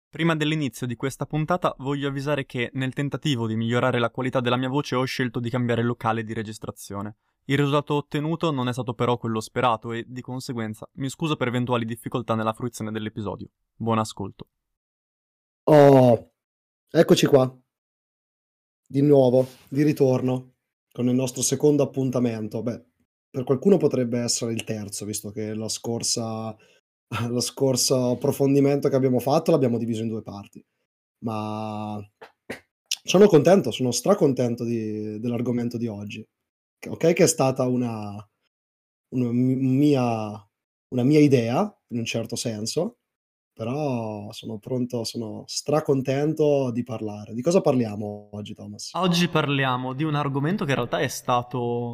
Prima dell'inizio di questa puntata voglio avvisare che nel tentativo di migliorare la qualità della mia voce ho scelto di cambiare il locale di registrazione. Il risultato ottenuto non è stato però quello sperato e, di conseguenza, mi scuso per eventuali difficoltà nella fruizione dell'episodio. Buon ascolto. Oh, eccoci qua, di nuovo, di ritorno, con il nostro secondo appuntamento. Beh, per qualcuno potrebbe essere il terzo, visto che lo scorso approfondimento che abbiamo fatto l'abbiamo diviso in due parti. Ma sono contento, sono stracontento dell'argomento di oggi. Ok, che è stata una una mia idea, in un certo senso, però sono stracontento di parlare. Di cosa parliamo oggi, Thomas? Oggi parliamo di un argomento che in realtà è stato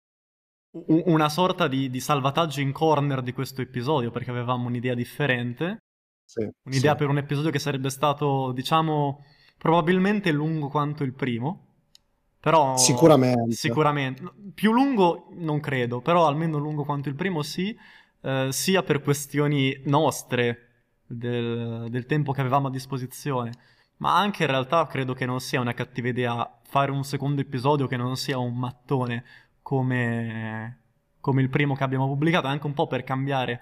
una sorta di salvataggio in corner di questo episodio, perché avevamo un'idea differente. Sì, Un'idea sì. per un episodio che sarebbe stato, diciamo, probabilmente lungo quanto il primo, però Sicuramente. sicuramente più lungo non credo, però almeno lungo quanto il primo sì, sia per questioni nostre del tempo che avevamo a disposizione, ma anche in realtà credo che non sia una cattiva idea fare un secondo episodio che non sia un mattone come, come il primo che abbiamo pubblicato, anche un po' per cambiare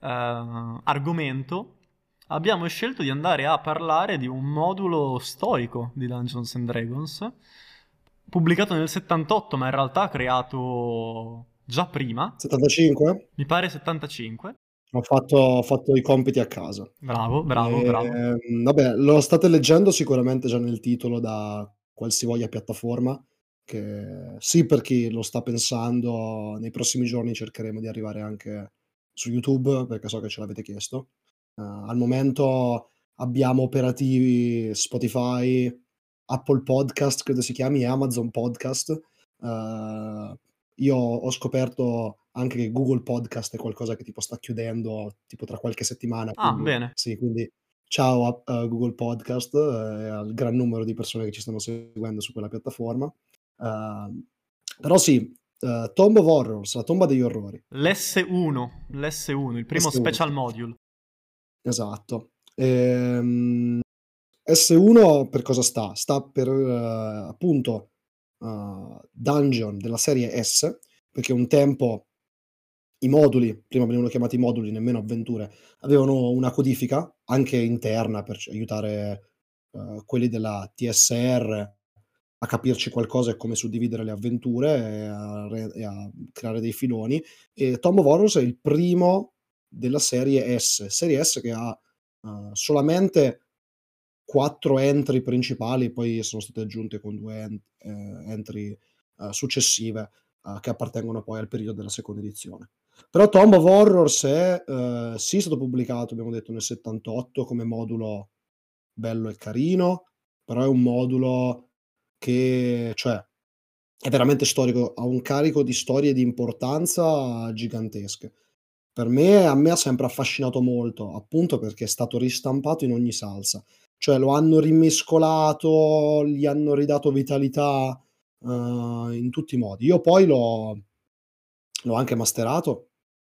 argomento. Abbiamo scelto di andare a parlare di un modulo storico di Dungeons and Dragons, pubblicato nel 78, ma in realtà creato già prima, 75? mi pare 75. Ho fatto i compiti a casa. Bravo, bravo, bravo. Vabbè, lo state leggendo sicuramente già nel titolo da qualsivoglia piattaforma, che sì, per chi lo sta pensando, nei prossimi giorni cercheremo di arrivare anche su YouTube, perché so che ce l'avete chiesto. Al momento abbiamo operativi Spotify, Apple Podcast credo si chiami, e Amazon Podcast. Io ho scoperto anche che Google Podcast è qualcosa che tipo sta chiudendo tipo tra qualche settimana, Ah, quindi bene. sì, quindi ciao Google Podcast, e al gran numero di persone che ci stanno seguendo su quella piattaforma. Però sì, Tomb of Horrors, la tomba degli orrori. L'S1, il primo S1, special sì, module. esatto. S1 per cosa sta? Sta per, appunto, dungeon della serie S, perché un tempo i moduli, prima venivano chiamati moduli, nemmeno avventure, avevano una codifica anche interna per aiutare, quelli della TSR a capirci qualcosa e come suddividere le avventure e a creare dei filoni. E Tomb of Horrors è il primo della serie S che ha, solamente 4 entry principali, poi sono state aggiunte con 2 entry, successive, che appartengono poi al periodo della seconda edizione. Però Tomb of Horrors è, sì, stato pubblicato, abbiamo detto, nel '78 come modulo bello e carino, però è un modulo che cioè, è veramente storico, ha un carico di storie e di importanza gigantesche. A me ha sempre affascinato molto, appunto perché è stato ristampato in ogni salsa. Cioè lo hanno rimescolato, gli hanno ridato vitalità, in tutti i modi. Io poi l'ho anche masterato,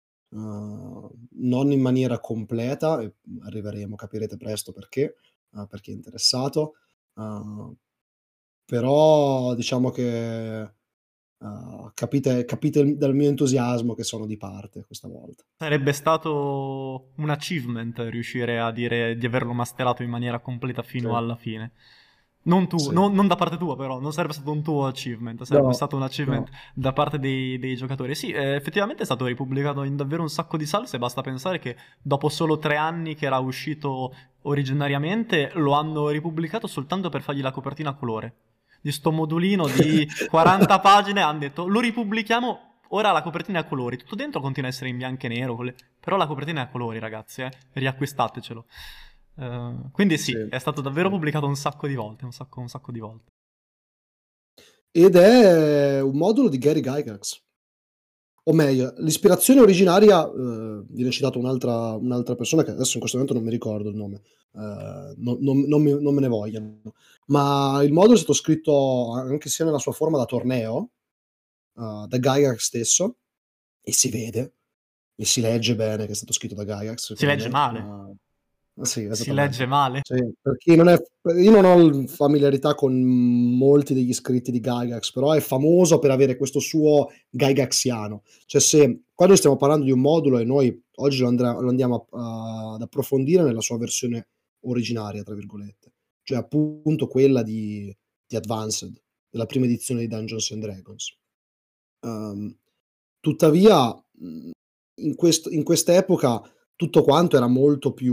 non in maniera completa e arriveremo, capirete presto perché, per chi è interessato. Uhm, Però diciamo che, capite dal mio entusiasmo che sono di parte questa volta. Sarebbe stato un achievement riuscire a dire di averlo masterato in maniera completa Sì, fino alla fine. Non tu, sì. non da parte tua però, non sarebbe stato un tuo achievement, sarebbe No, stato un achievement no. da parte dei giocatori. Sì, effettivamente è stato ripubblicato in davvero un sacco di salse, basta pensare che dopo solo 3 anni che era uscito originariamente, lo hanno ripubblicato soltanto per fargli la copertina a colore. Di sto modulino di 40 pagine hanno detto lo ripubblichiamo. Ora la copertina è a colori, tutto dentro continua a essere in bianco e nero, però la copertina è a colori, ragazzi, riacquistatecelo. Quindi Sì, sì, è stato davvero sì. pubblicato un sacco di volte, un sacco di volte. Ed è un modulo di Gary Gygax. O meglio, l'ispirazione originaria, viene citata un'altra persona che adesso in questo momento non mi ricordo il nome, non me ne vogliano, ma il modulo è stato scritto anche sia nella sua forma da torneo, da Gygax stesso, e si vede, e si legge bene che è stato scritto da Gygax Si secondo legge me, male. Sì, Si legge esattamente. male. Sì, per chi non è io non ho familiarità con molti degli scritti di Gygax, però è famoso per avere questo suo gygaxiano. Cioè se quando stiamo parlando di un modulo e noi oggi lo andiamo ad approfondire nella sua versione "originaria", tra virgolette, cioè appunto quella di Advanced, della prima edizione di Dungeons& and Dragons. Uhm, tuttavia, in quest'epoca tutto quanto era molto più,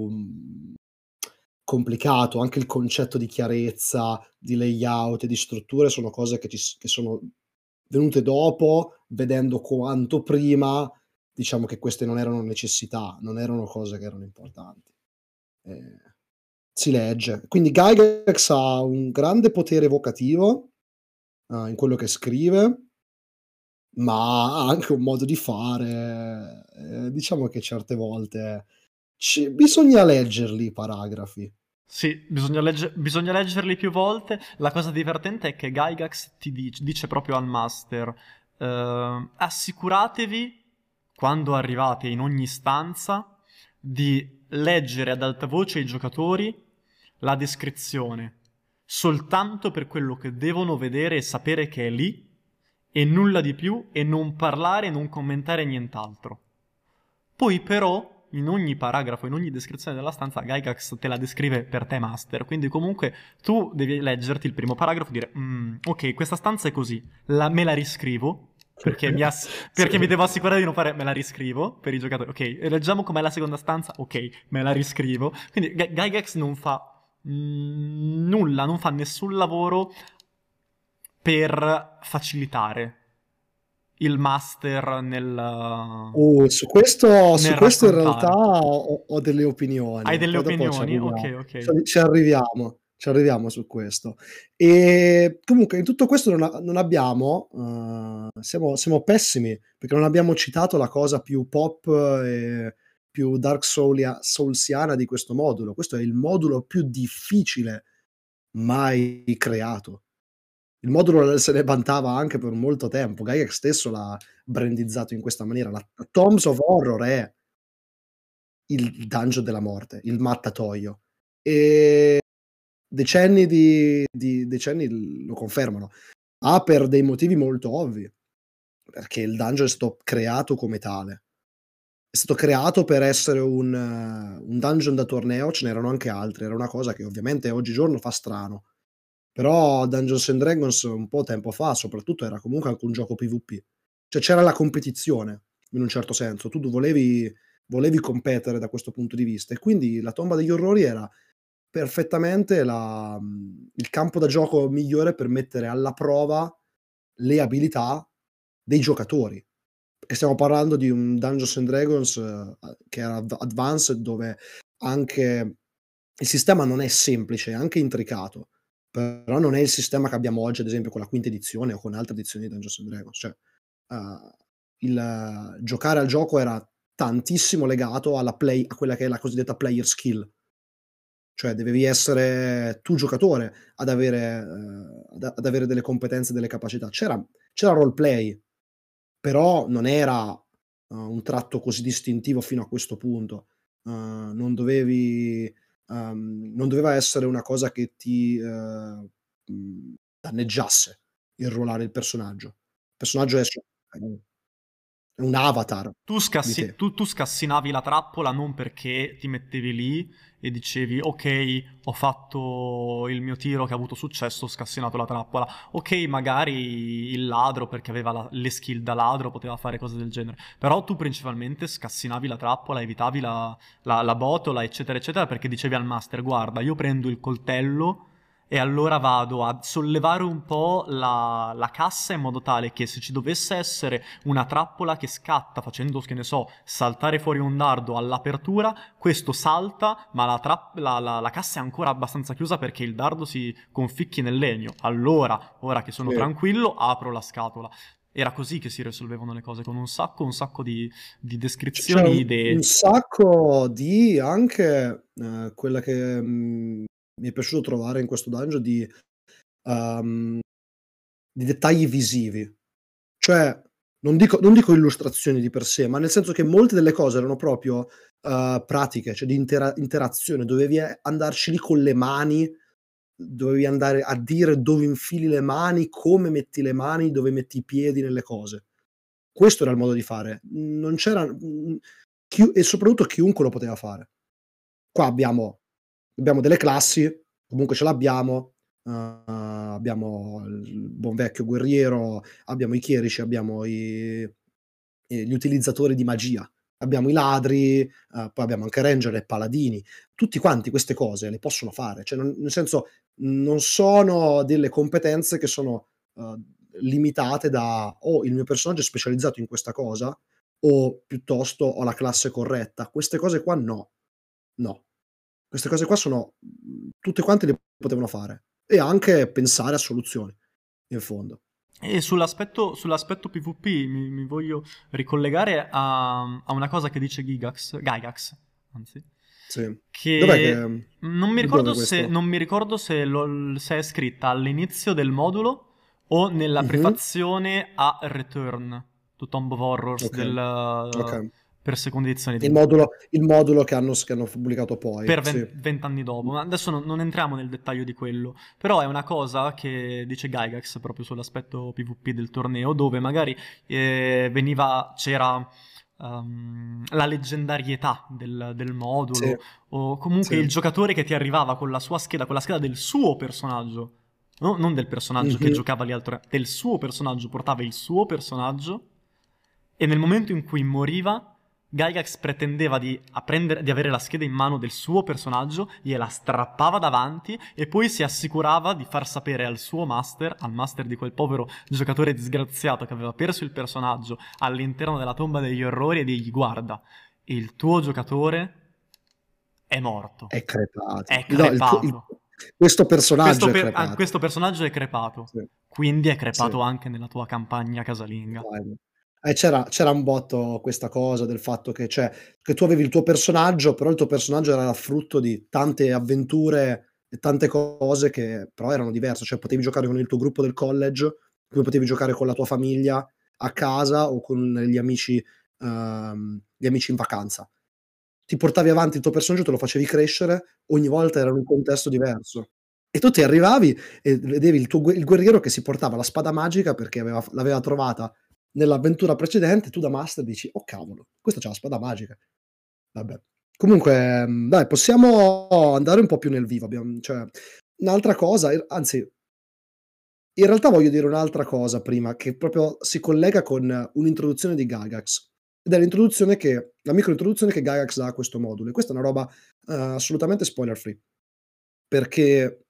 complicato. Anche il concetto di chiarezza, di layout e di strutture sono cose che sono venute dopo, vedendo quanto prima, diciamo che queste non erano necessità, non erano cose che erano importanti. Ehm, si legge. Quindi Gygax ha un grande potere evocativo, in quello che scrive, ma ha anche un modo di fare, diciamo che certe volte bisogna leggerli i paragrafi. Sì, bisogna leggerli più volte. La cosa divertente è che Gygax dice proprio al master: assicuratevi, quando arrivate in ogni stanza, di leggere ad alta voce ai giocatori la descrizione, soltanto per quello che devono vedere e sapere che è lì, e nulla di più, e non parlare e non commentare nient'altro. Poi però, in ogni paragrafo, in ogni descrizione della stanza, Gygax te la descrive per te master, quindi comunque tu devi leggerti il primo paragrafo e dire ok, questa stanza è così, me la riscrivo, Sì. perché mi devo assicurare di non fare me la riscrivo per i giocatori. Ok, leggiamo com'è la seconda stanza, ok, me la riscrivo. Quindi Gygax non fa nulla, non fa nessun lavoro per facilitare il master Su nel questo in realtà raccontare. ho delle Hai opinioni, delle poi dopo opinioni? Ok, ok. ci arriviamo su questo. Comunque in tutto questo non abbiamo siamo pessimi, perché non abbiamo citato la cosa più pop e più soulsiana di questo modulo. Questo è il modulo più difficile mai creato. Il modulo se ne vantava anche per molto tempo. Gygax stesso l'ha brandizzato in questa maniera. La Tombs of Horror è il dungeon della morte, il mattatoio. E decenni lo confermano. Per dei motivi molto ovvi, perché il dungeon è stato creato come tale. È stato creato per essere un dungeon da torneo, ce n'erano anche altri, era una cosa che ovviamente oggigiorno fa strano. Però Dungeons& and Dragons un po' tempo fa, soprattutto, era comunque anche un gioco PvP. Cioè c'era la competizione, in un certo senso. Tu volevi competere da questo punto di vista e quindi la Tomba degli Orrori era perfettamente il campo da gioco migliore per mettere alla prova le abilità dei giocatori. Perché stiamo parlando di un Dungeons& and Dragons, che era Advanced, dove anche il sistema non è semplice, è anche intricato. Però non è il sistema che abbiamo oggi, ad esempio, con la quinta edizione o con altre edizioni di Dungeons& and Dragons. Cioè, uhm, il giocare al gioco era tantissimo legato a quella che è la cosiddetta player skill. Cioè, dovevi essere tu giocatore ad avere delle competenze e delle capacità. C'era roleplay, però non era, un tratto così distintivo fino a questo punto. Non doveva essere una cosa che ti, danneggiasse il ruolare il personaggio. Il personaggio è un avatar di te. Tu scassinavi la trappola non perché ti mettevi lì e dicevi ok, ho fatto il mio tiro che ha avuto successo, ho scassinato la trappola. Ok, magari il ladro perché aveva le skill da ladro poteva fare cose del genere. Però tu principalmente scassinavi la trappola, evitavi la botola, eccetera, eccetera, perché dicevi al master guarda, io prendo il coltello e allora vado a sollevare un po' la cassa in modo tale che se ci dovesse essere una trappola che scatta facendo, che ne so, saltare fuori un dardo all'apertura, questo salta, ma la cassa è ancora abbastanza chiusa perché il dardo si conficchi nel legno. Allora, ora che sono Sì. tranquillo, apro la scatola. Era così che si risolvevano le cose, con un sacco di C'è descrizioni, un idee. sacco di anche, quella che, mi è piaciuto trovare in questo dungeon uhm, di dettagli visivi. Cioè, non dico illustrazioni di per sé, ma nel senso che molte delle cose erano proprio pratiche, cioè di interazione, dovevi andarci lì con le mani, dovevi andare a dire dove infili le mani, come metti le mani, dove metti i piedi nelle cose. Questo era il modo di fare. Non c'era e soprattutto chiunque lo poteva fare. Qua abbiamo delle classi, comunque ce l'abbiamo, abbiamo il buon vecchio guerriero, abbiamo i chierici, abbiamo gli utilizzatori di magia, abbiamo i ladri, poi abbiamo anche ranger e paladini. Tutti quanti queste cose le possono fare, cioè nel senso, non sono delle competenze che sono, limitate da: "Oh, il mio personaggio è specializzato in questa cosa", o piuttosto: "Ho la classe corretta". Queste cose qua no, no. Queste cose qua sono tutte quante le potevano fare e anche pensare a soluzioni, in fondo. E sull'aspetto PvP mi voglio ricollegare a una cosa che dice Gygax, anzi, Sì. Dov'è che che di dove questo? non mi ricordo se è scritta all'inizio del modulo o nella Mh-mh. prefazione a Return to Tomb of Horrors Okay, okay. per seconda edizione Il modulo che hanno pubblicato poi, per sì. 20 anni dopo. Ma adesso non entriamo nel dettaglio di quello, però è una cosa che dice Gygax proprio sull'aspetto PvP del torneo, dove magari c'era la leggendarietà del Sì, modulo, o comunque sì. il giocatore che ti arrivava con la sua scheda, con la scheda del suo personaggio, no? Non del personaggio che Mh-mh. giocava lì al torneo, del suo personaggio, portava il suo personaggio, e nel momento in cui moriva, Gygax pretendeva di avere la scheda in mano del suo personaggio, gliela strappava davanti e poi si assicurava di far sapere al suo master, al master di quel povero giocatore disgraziato che aveva perso il personaggio all'interno della tomba degli orrori, e dirgli: guarda, il tuo giocatore è morto, È crepato. è No, il crepato. questo personaggio è crepato. Questo personaggio è crepato, Sì, quindi è sì. crepato anche nella tua campagna casalinga. Vai. C'era un botto questa cosa del fatto che che tu avevi il tuo personaggio, però il tuo personaggio era frutto di tante avventure e tante cose che però erano diverse, cioè potevi giocare con il tuo gruppo del college, come potevi giocare con la tua famiglia a casa o con gli amici in vacanza. Ti portavi avanti il tuo personaggio, te lo facevi crescere, ogni volta era in un contesto diverso. E tu ti arrivavi e vedevi il guerriero che si portava la spada magica perché l'aveva trovata nell'avventura precedente, tu da master dici: "Oh cavolo, questo c'ha la spada magica". Vabbè. Comunque, dai, possiamo andare un po' più nel vivo. Cioè, un'altra cosa, anzi, in realtà voglio dire un'altra cosa prima, che proprio si collega con un'introduzione di Gygax. Ed è la micro introduzione che Gygax dà a questo modulo. E questa è una roba, assolutamente spoiler free, perché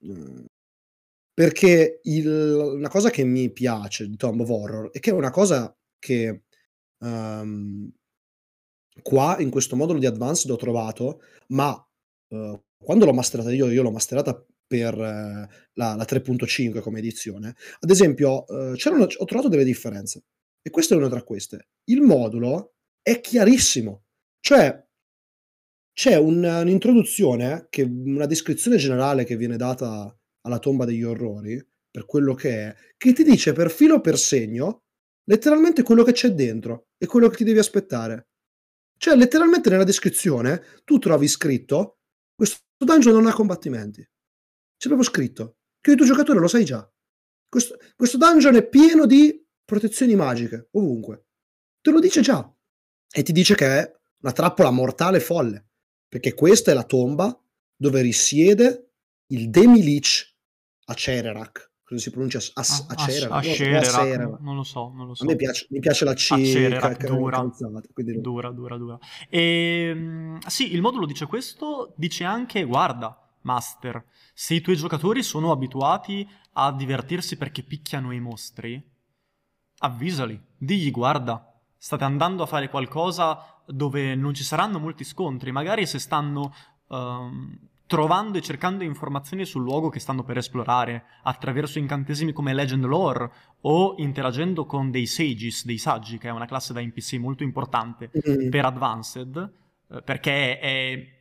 una cosa che mi piace di Tomb of Horror è che è una cosa che, uhm qua in questo modulo di Advanced ho trovato, ma, quando l'ho masterata io l'ho masterata per la 3.5 come edizione, ad esempio, ho trovato delle differenze e questa è una tra queste. Il modulo è chiarissimo, cioè c'è un'introduzione una descrizione generale che viene data alla tomba degli orrori, per quello che è, che ti dice per filo o per segno, letteralmente quello che c'è dentro e quello che ti devi aspettare. Cioè, letteralmente nella descrizione tu trovi scritto: "Questo dungeon non ha combattimenti". C'è proprio scritto, che il tuo giocatore lo sai già. Questo dungeon è pieno di protezioni magiche, ovunque. Te lo dice già. E ti dice che è una trappola mortale folle, perché questa è la tomba dove risiede il Demi-Lich Acererak. Credo si pronuncia Acererak, non lo so, o Ascerarak, Acererak. non lo so, non lo A me so. piace la C Acererac, dura, cazzata, quindi no. dura, dura, dura. Sì, il modulo dice questo, dice anche: guarda, Master, se i tuoi giocatori sono abituati a divertirsi perché picchiano i mostri, avvisali, digli: guarda, state andando a fare qualcosa dove non ci saranno molti scontri, magari se stanno trovando e cercando informazioni sul luogo che stanno per esplorare attraverso incantesimi come Legend Lore, o interagendo con dei Sages, dei saggi, che è una classe da NPC molto importante Mh. per Advanced, perché è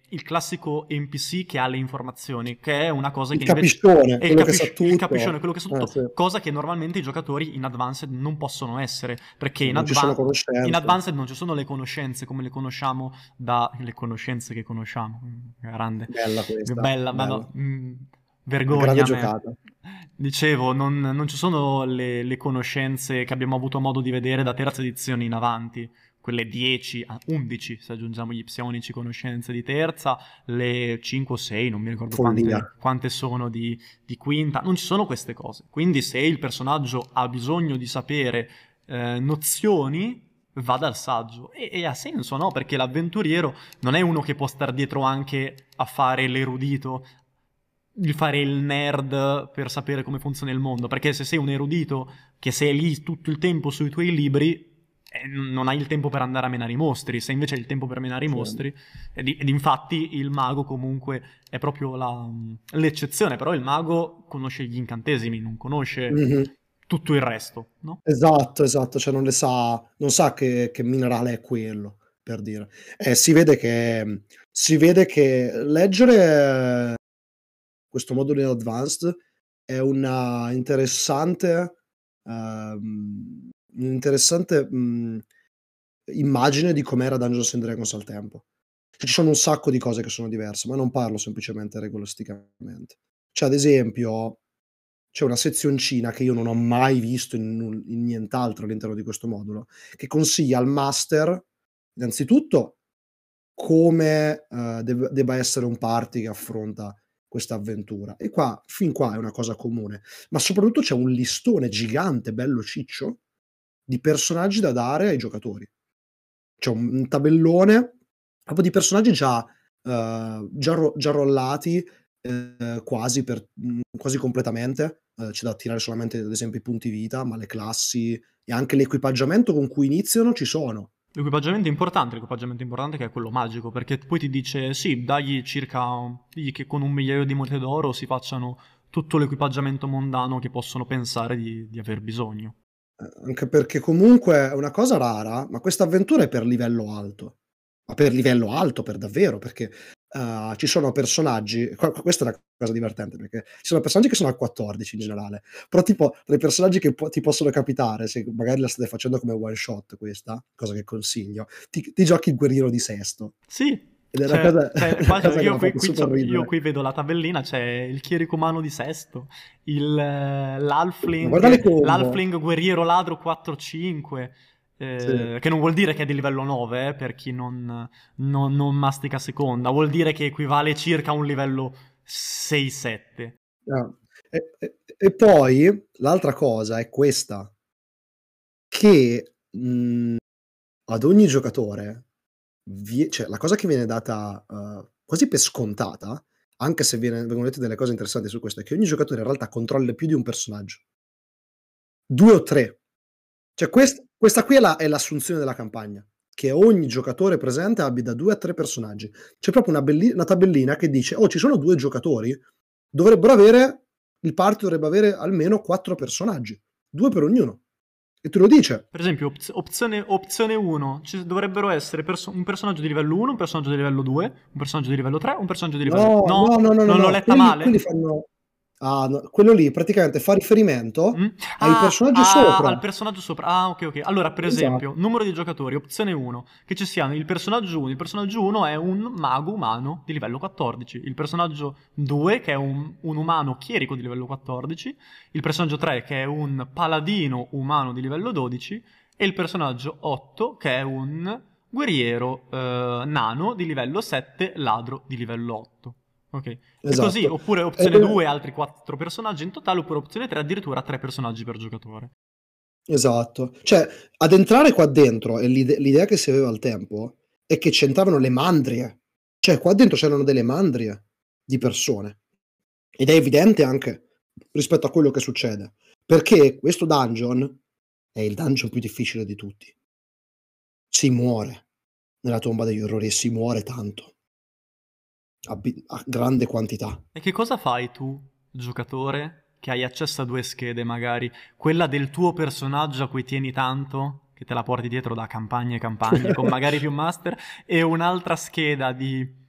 il classico NPC che ha le informazioni, che è una cosa Il che invece... capiscione, È quello che sa il tutto. capiscione, quello che sa tutto, Sì. cosa che normalmente i giocatori in Advanced non possono essere, perché Non ci sono in conoscenze. Advanced non ci sono le conoscenze come le conosciamo le conoscenze che conosciamo. Grande. Bella questa, Bella, ma bella. no, Una grande vergogna a me. giocata. Dicevo, non ci sono le conoscenze che abbiamo avuto modo di vedere da terza edizione in avanti, quelle 10, 11 se aggiungiamo gli psionici conoscenze di terza, le 5 o 6, non mi ricordo Follia. quante sono di quinta, non ci sono queste cose. Quindi se il personaggio ha bisogno di sapere nozioni, va dal saggio. E ha senso, no? Perché l'avventuriero non è uno che può star dietro anche a fare l'erudito, di fare il nerd per sapere come funziona il mondo, perché se sei un erudito che sei lì tutto il tempo sui tuoi libri, non hai il tempo per andare a menare i mostri. Se invece hai il tempo per menare i mostri, ed infatti il mago comunque è proprio l'eccezione, però il mago conosce gli incantesimi, non conosce Mhm. tutto il resto, no? Esatto, cioè non sa che minerale è quello, per dire. Si vede che leggere questo modulo in Advanced è una interessante immagine di com'era Dungeons and Dragons al tempo. Cioè, ci sono un sacco di cose che sono diverse, ma non parlo semplicemente regolisticamente. Cioè, ad esempio, c'è una sezioncina che io non ho mai visto in nient'altro all'interno di questo modulo, che consiglia al master, innanzitutto, come debba essere un party che affronta questa avventura. E fin qua è una cosa comune, ma soprattutto c'è un listone gigante, bello ciccio, di personaggi da dare ai giocatori. C'è un tabellone proprio di personaggi già rollati, quasi completamente. C'è da tirare solamente, ad esempio, i punti vita, ma le classi e anche l'equipaggiamento con cui iniziano ci sono. L'equipaggiamento importante che è quello magico, perché poi ti dice sì, digli che con 1 migliaio di monete d'oro si facciano tutto l'equipaggiamento mondano che possono pensare di aver bisogno. Anche perché comunque è una cosa rara, ma questa avventura è per livello alto. Ma per livello alto, per davvero, perché, ci sono personaggi questa è una cosa divertente, perché ci sono personaggi che sono al 14 in generale, però tipo tra i personaggi che ti possono capitare, se magari la state facendo come one shot questa, cosa che consiglio, ti giochi il guerriero di sesto. Sì, Ed è una cosa una qua, cosa che io, m'ha fatto super io ridere. qui vedo la tabellina, c'è il chierico umano di sesto, Ma guarda le combo. l'halfling guerriero ladro 4-5, Sì. che non vuol dire che è di livello 9, per chi non mastica seconda, vuol dire che equivale circa a un livello 6-7. Ah. E poi l'altra cosa è questa, che, ad ogni giocatore cioè la cosa che viene data, quasi per scontata, anche se vengono dette delle cose interessanti su questo, è che ogni giocatore in realtà controlla più di un personaggio. 2 o 3. Cioè questa qui è l'assunzione della campagna, che ogni giocatore presente abbia da 2 a 3 personaggi. C'è proprio una tabellina che dice: "Oh, ci sono 2 giocatori, il party dovrebbe avere almeno 4 personaggi, 2 per ognuno." E te lo dice. Per esempio, opzione 1, ci dovrebbero essere un personaggio di livello 1, un personaggio di livello 2, un personaggio di livello 3, un personaggio di livello... No, no, No? no, no, no, Non l'ho no. letta Quelli male? fanno no, quello lì praticamente fa riferimento Mm? al personaggio sopra. Al personaggio sopra. Ah, ok, ok. Allora, per esempio, Esatto. numero di giocatori, opzione 1, che ci siano il personaggio 1. Il personaggio 1 è un mago umano di livello 14. Il personaggio 2, che è un umano chierico di livello 14. Il personaggio 3, che è un paladino umano di livello 12. E il personaggio 8, che è un guerriero nano di livello 7, ladro di livello 8. Ok. E così, Esatto. oppure opzione 2, altri 4 personaggi in totale, oppure opzione 3, addirittura 3 personaggi per giocatore. Esatto. Cioè, ad entrare qua dentro, e l'idea che si aveva al tempo, è che c'entravano le mandrie. Cioè, qua dentro c'erano delle mandrie di persone. Ed è evidente anche rispetto a quello che succede. Perché questo dungeon è il dungeon più difficile di tutti. Si muore nella tomba degli orrori e si muore tanto. A grande quantità. E che cosa fai tu, giocatore, che hai accesso a 2 schede magari? Quella del tuo personaggio a cui tieni tanto, che te la porti dietro da campagne e campagne, con magari più master, e un'altra scheda di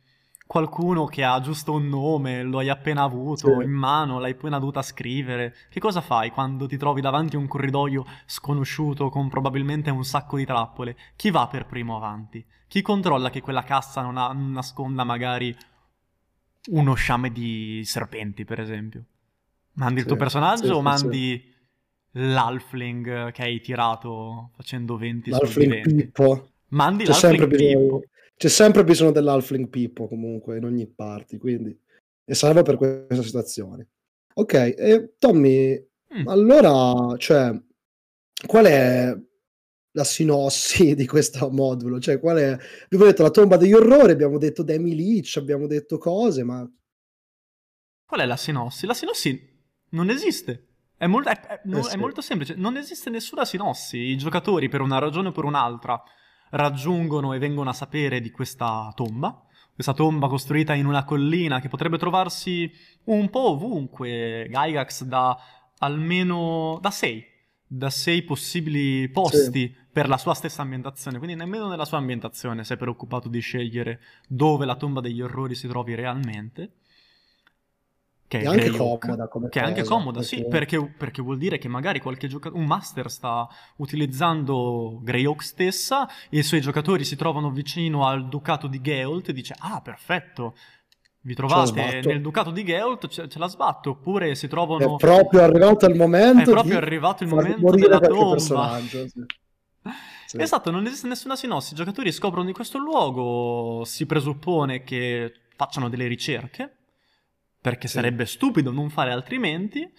qualcuno che ha giusto un nome, lo hai appena Sì. avuto in mano, l'hai appena dovuta scrivere. Che cosa fai quando ti trovi davanti a un corridoio sconosciuto con probabilmente un sacco di trappole? Chi va per primo avanti? Chi controlla che quella cassa non nasconda magari uno sciame di serpenti, per esempio? Mandi il Sì, tuo personaggio o sì. mandi l'halfling che hai tirato facendo 20 su di L'Halfling 20? Pippo. Mandi C'è sempre l'halfling bisogno, Pippo. c'è sempre bisogno dell'Halfling Pippo comunque in ogni party, quindi e serve per questa situazione. Ok, e Tommy, Mm. allora, cioè, qual è la sinossi di questo modulo? Cioè, qual è? Abbiamo detto la tomba degli orrori, abbiamo detto Demi Leach, abbiamo detto cose, ma Qual è la sinossi? La sinossi non esiste. È sì, molto semplice. Non esiste nessuna sinossi. I giocatori, per una ragione o per un'altra, raggiungono e vengono a sapere di questa tomba. Questa tomba costruita in una collina che potrebbe trovarsi un po' ovunque. Gygax dà almeno da 6 possibili sì. posti per la sua stessa ambientazione. Quindi nemmeno nella sua ambientazione si è preoccupato di scegliere dove la tomba degli orrori si trovi realmente, che È è anche Grey Oak, comoda come che è anche cosa, comoda, sì, perché perché vuol dire che magari un master sta utilizzando Grey Oak stessa, e i suoi giocatori si trovano vicino al ducato di Geolt e dice, ah, perfetto, vi ce la trovate nel sbatto. ducato di Geolt, ce la sbatto, oppure si È trovano... proprio arrivato il È momento proprio di arrivato il far momento morire della qualche tomba. personaggio. Sì. Sì. Esatto, non esiste nessuna sinossi. I giocatori scoprono di questo luogo, si presuppone che facciano delle ricerche, perché Sì. sarebbe stupido non fare altrimenti.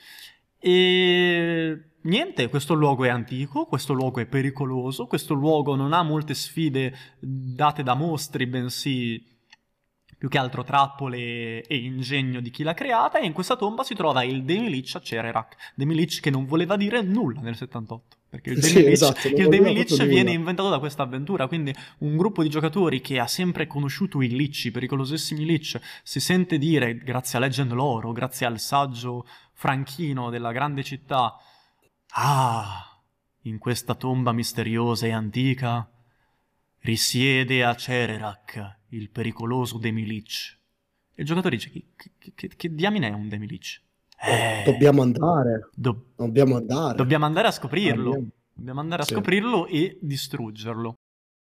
E niente, questo luogo è antico, questo luogo è pericoloso, questo luogo non ha molte sfide date da mostri, bensì più che altro trappole e ingegno di chi l'ha creata, e in questa tomba si trova il Demilich a Cererak. Demilich che non voleva dire nulla nel 78, perché Sì, esatto, non il voleva proprio Demilich viene nulla. inventato da questa avventura, quindi un gruppo di giocatori che ha sempre conosciuto i Lich, i pericolosissimi Lich, si sente dire, grazie a Legend Lore, grazie al saggio franchino della grande città, ah, in questa tomba misteriosa e antica risiede a Cererak il pericoloso Demilich. E il giocatore dice: che diamine è un Demilich? Dobbiamo andare. Do- Dobbiamo andare. dobbiamo andare a scoprirlo. Andiamo. Dobbiamo andare a Sì. scoprirlo e distruggerlo.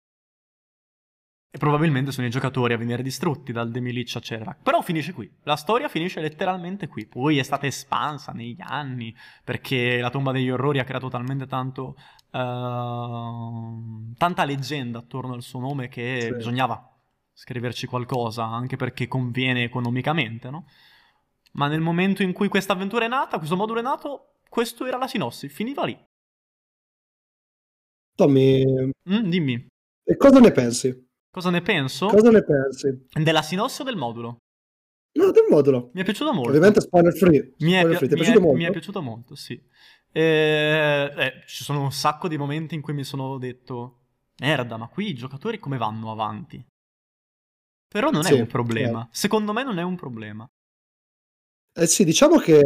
E probabilmente sono i giocatori a venire distrutti dal Demilich a Cererak. Però finisce qui. La storia finisce letteralmente qui. Poi è stata espansa negli anni, perché la tomba degli orrori ha creato talmente tanto... tanta leggenda attorno al suo nome che Sì. bisognava scriverci qualcosa, anche perché conviene economicamente, no? Ma nel momento in cui questa avventura è nata, questo modulo è nato, questo era la sinossi, finiva lì. Tommy, Dimmi, e cosa ne pensi? cosa ne penso? Cosa ne pensi? Della sinossi o del modulo? No, del modulo. Mi è piaciuto Che ovviamente molto. è spoiler free. Spoiler free. Ti è piaciuto Mi è molto? piaciuto molto, sì. Ci sono un sacco di momenti in cui mi sono detto, merda, ma qui i giocatori come vanno avanti? Però non è Sì, un chiaro. problema. Secondo me non è un problema. Eh sì, diciamo che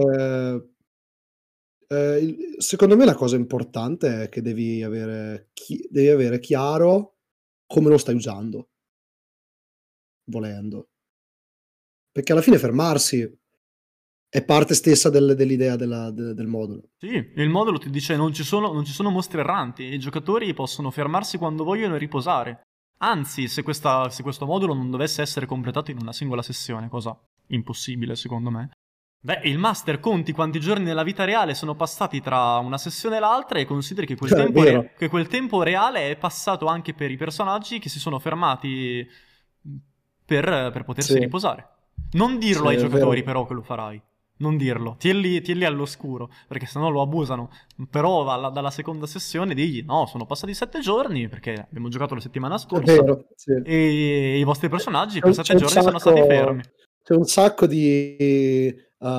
secondo me la cosa importante è che devi avere chiaro come lo stai usando, volendo. Perché alla fine fermarsi è parte stessa dell'idea del modulo. Sì, il modulo ti dice non ci sono mostri erranti, i giocatori possono fermarsi quando vogliono e riposare. Anzi, se questo modulo non dovesse essere completato in una singola sessione, cosa impossibile secondo me, beh, il master conti quanti giorni nella vita reale sono passati tra una sessione e l'altra, e consideri che È vero. che quel tempo reale è passato anche per i personaggi che si sono fermati per Sì, potersi riposare. Non sì, dirlo ai è giocatori vero. però che lo farai. Non dirlo, tienli all'oscuro, perché sennò lo abusano. Però dalla seconda sessione digli, no, sono passati 7 giorni, perché abbiamo giocato la settimana È scorsa, vero, sì. e i vostri personaggi C'è per un sette giorni sono stati fermi. c'è un sacco di,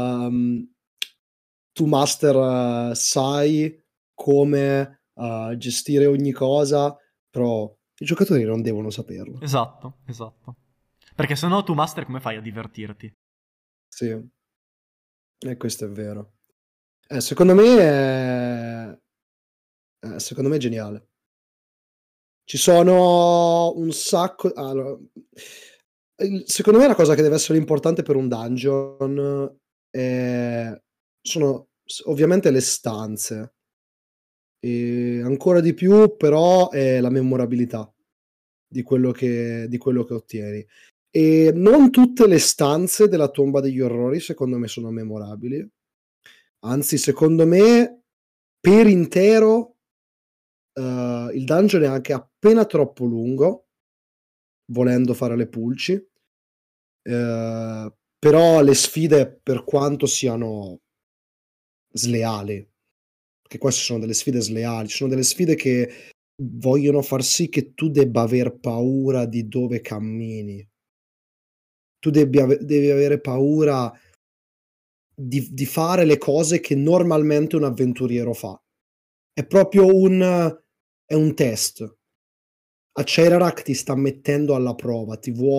tu master sai come, gestire ogni cosa, però i giocatori non devono saperlo. Esatto, esatto. Perché sennò tu, master, come fai a divertirti? Sì, e questo è vero. Secondo me secondo me è geniale. Ci sono un sacco allora, Secondo me la cosa che deve essere importante per un dungeon sono ovviamente le stanze. E ancora di più però è la memorabilità di quello che ottieni. E non tutte le stanze della Tomba degli Orrori secondo me sono memorabili. Anzi, secondo me per intero, il dungeon è anche appena troppo lungo, volendo fare le pulci. Però le sfide, per quanto siano sleali, perché queste sono delle sfide sleali, ci sono delle sfide che vogliono far sì che tu debba aver paura di dove cammini. Tu devi avere paura di fare le cose che normalmente un avventuriero fa. È proprio è un test. Acererak ti sta mettendo alla prova,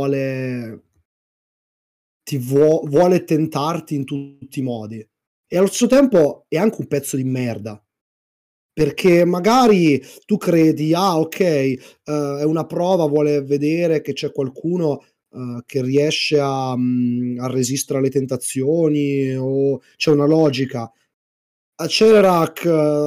vuole tentarti in tutti i modi. E allo stesso tempo è anche un pezzo di merda, perché magari tu credi: "Ah okay, è una prova, vuole vedere che c'è qualcuno, che riesce a resistere alle tentazioni o c'è una logica". Acererak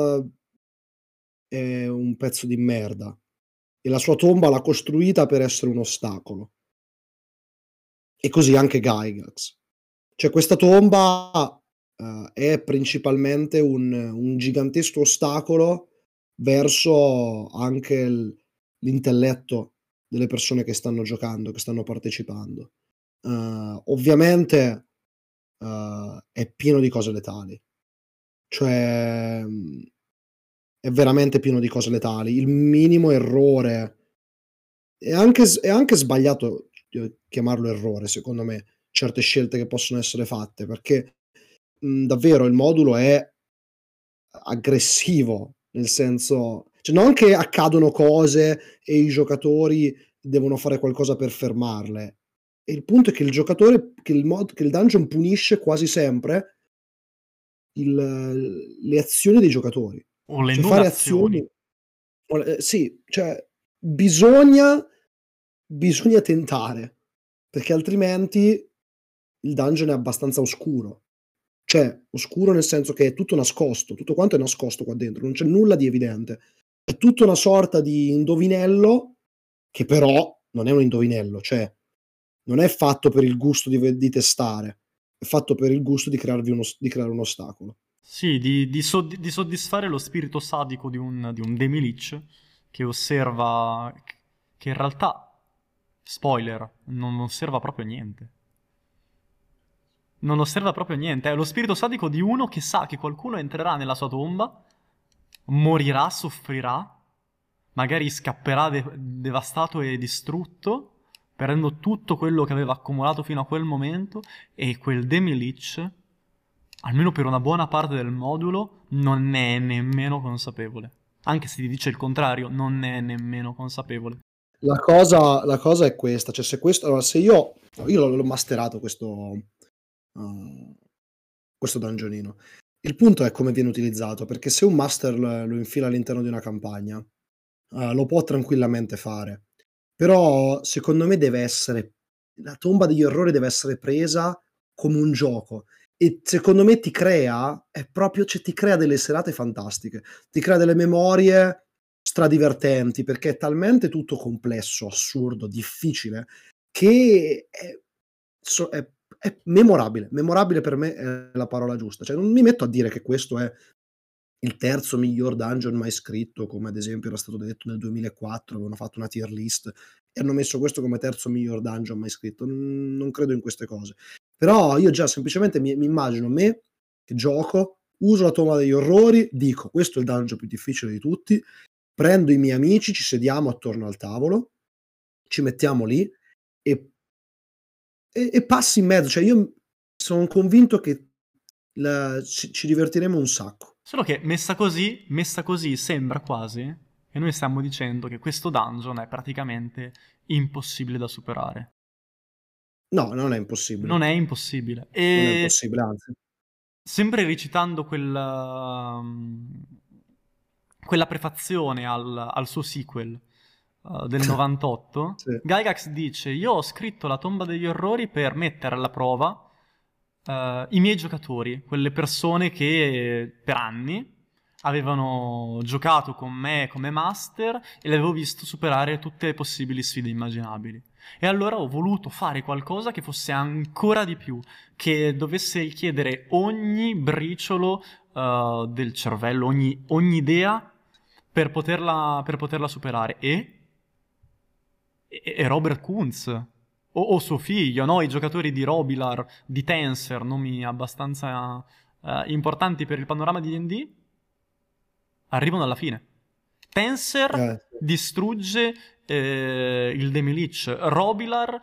è un pezzo di merda e la sua tomba l'ha costruita per essere un ostacolo. E così anche Gygax. Cioè questa tomba, è principalmente un gigantesco ostacolo verso anche l'intelletto delle persone che stanno giocando, che stanno partecipando. Ovviamente, è pieno di cose letali. Cioè, è veramente pieno di cose letali. Il minimo errore è anche sbagliato, chiamarlo errore secondo me, certe scelte che possono essere fatte, perché, davvero il modulo è aggressivo, nel senso cioè non che accadono cose e i giocatori devono fare qualcosa per fermarle. E il punto è che che il dungeon punisce quasi sempre le azioni dei giocatori. O le Cioè non fare azioni. azioni sì, cioè bisogna tentare, perché altrimenti il dungeon è abbastanza oscuro. Cioè, oscuro nel senso che è tutto nascosto, tutto quanto è nascosto qua dentro, non c'è nulla di evidente. È tutta una sorta di indovinello, che però non è un indovinello, cioè non è fatto per il gusto di testare, è fatto per il gusto di creare un ostacolo. Sì, di soddisfare lo spirito sadico di un Demilich che osserva, che in realtà, spoiler, non osserva proprio niente. Non osserva proprio niente, è lo spirito sadico di uno che sa che qualcuno entrerà nella sua tomba, morirà, soffrirà, magari scapperà devastato e distrutto, perdendo tutto quello che aveva accumulato fino a quel momento, e quel Demi-Lich, almeno per una buona parte del modulo, non ne è nemmeno consapevole. Anche se ti dice il contrario, non ne è nemmeno consapevole. La cosa è questa, cioè se io l'ho masterato questo dungeonino. Il punto è come viene utilizzato, perché se un master lo infila all'interno di una campagna, lo può tranquillamente fare. Però secondo me la tomba degli orrori deve essere presa come un gioco e secondo me ti crea delle serate fantastiche, ti crea delle memorie stradivertenti, perché è talmente tutto complesso, assurdo, difficile che è memorabile. Memorabile per me è la parola giusta. Cioè non mi metto a dire che questo è il terzo miglior dungeon mai scritto, come ad esempio era stato detto nel 2004, avevano fatto una tier list e hanno messo questo come terzo miglior dungeon mai scritto. Non credo in queste cose. Però io già semplicemente mi immagino me che gioco, uso la tomba degli orrori, dico: "Questo è il dungeon più difficile di tutti", prendo i miei amici, ci sediamo attorno al tavolo, ci mettiamo lì e passi in mezzo. Cioè io son convinto che ci divertiremo un sacco. Solo che messa così sembra quasi che noi stiamo dicendo che questo dungeon è praticamente impossibile da superare. No, non è impossibile. Non è impossibile. Non è E impossibile, anzi. sempre recitando quella prefazione al suo sequel, del 98, Sì. Gygax dice: io ho scritto La tomba degli orrori per mettere alla prova i miei giocatori, quelle persone che per anni avevano giocato con me come master e le avevo visto superare tutte le possibili sfide immaginabili. E allora ho voluto fare qualcosa che fosse ancora di più, che dovesse chiedere ogni briciolo del cervello, ogni idea per poterla superare. E Robert Kuntz o suo figlio, no? I giocatori di Robilar, di Tensor, nomi abbastanza importanti per il panorama di D&D, arrivano alla fine. Tensor Sì. distrugge il Demilich. Robilar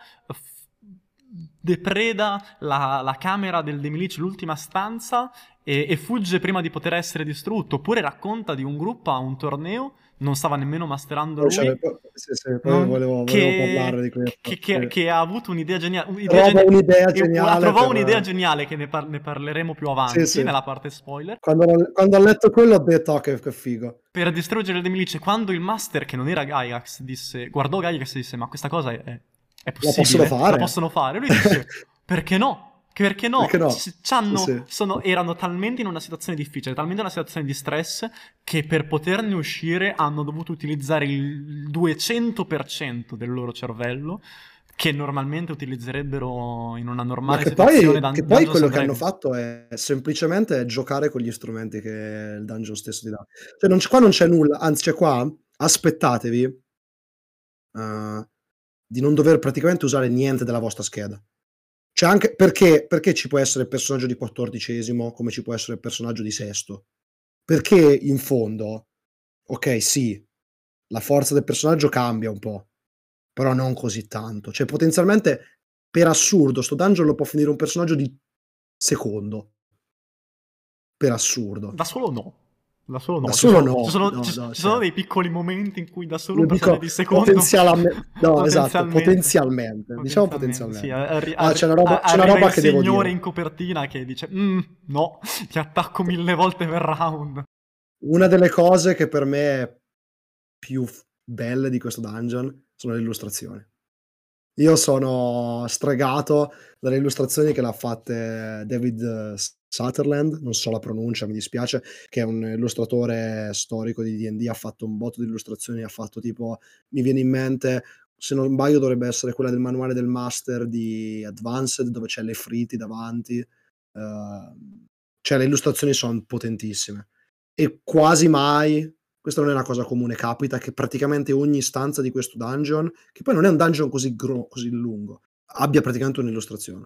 depreda la camera del Demilich, l'ultima stanza, e fugge prima di poter essere distrutto. Oppure racconta di un gruppo a un torneo, non stava nemmeno masterando Poi, lui, sì, poi volevo parlare di questo. Sì. che ha avuto un'idea geniale. Trova un'idea Ha geniale trovato per... un'idea geniale che ne parleremo più Sì, avanti sì. nella parte spoiler. Quando ho letto quello ho detto, oh, che figo. Per distruggere il Demilich, quando il master, che non era Gygax, guardò Gygax e disse: ma questa cosa è La possono possibile? fare? La possono fare? E lui disse: perché no? Perché no? Perché no? Sì. Erano talmente in una situazione difficile, talmente in una situazione di stress, che per poterne uscire hanno dovuto utilizzare il 200% del loro cervello, che normalmente utilizzerebbero in una Ma normale che situazione poi Dungeons quello and che hanno Dragons. fatto è semplicemente giocare con gli strumenti che il dungeon stesso ti dà. Cioè qua non c'è nulla, anzi cioè qua aspettatevi di non dover praticamente usare niente della vostra scheda. Cioè anche perché ci può essere il personaggio di 14esimo, come ci può essere il personaggio di sesto. Perché in fondo, okay, sì, la forza del personaggio cambia un po', però non così tanto. Cioè potenzialmente, per assurdo, sto dungeon lo può finire un personaggio di secondo, per assurdo. Da solo no. Da solo Da no. solo no, no, Ci sono cioè dei piccoli momenti in cui da solo un io personaggio dico di secondo no, esatto, potenzialmente, diciamo potenzialmente, sì, potenzialmente. Ah, c'è una arriva roba il che devo signore dire. in copertina che dice: no, ti attacco 1000 volte per round." Una delle cose che per me è più belle di questo dungeon sono le illustrazioni. Io sono stregato dalle illustrazioni che l'ha fatte David Sutherland, non so la pronuncia, mi dispiace, che è un illustratore storico di D&D, ha fatto un botto di illustrazioni, ha fatto tipo, mi viene in mente, se non sbaglio dovrebbe essere quella del manuale del master di Advanced, dove c'è le Friti davanti, cioè le illustrazioni son potentissime. E quasi mai, questa non è una cosa comune, capita che praticamente ogni stanza di questo dungeon, che poi non è un dungeon così lungo, abbia praticamente un'illustrazione.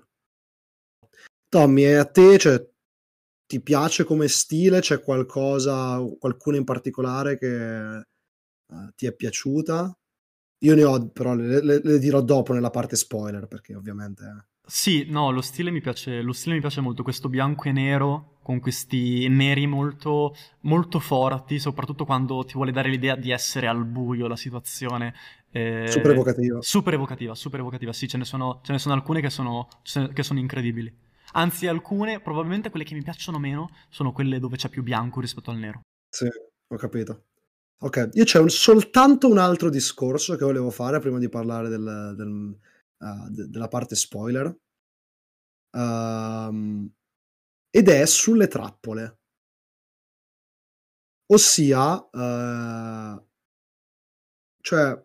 Tommy, e a te, cioè, ti piace come stile? C'è qualcuna in particolare che, ti è piaciuta? Io ne ho, però le dirò dopo nella parte spoiler, perché ovviamente Sì, no, lo stile mi piace molto, questo bianco e nero con questi neri molto, molto forti, soprattutto quando ti vuole dare l'idea di essere al buio la situazione. super evocativa. Super evocativa, sì, ce ne sono alcune che sono incredibili. Anzi, alcune, probabilmente quelle che mi piacciono meno, sono quelle dove c'è più bianco rispetto al nero. Sì, ho capito. Okay, io c'è soltanto un altro discorso che volevo fare prima di parlare della parte spoiler, uhm, ed è sulle trappole. Ossia, cioè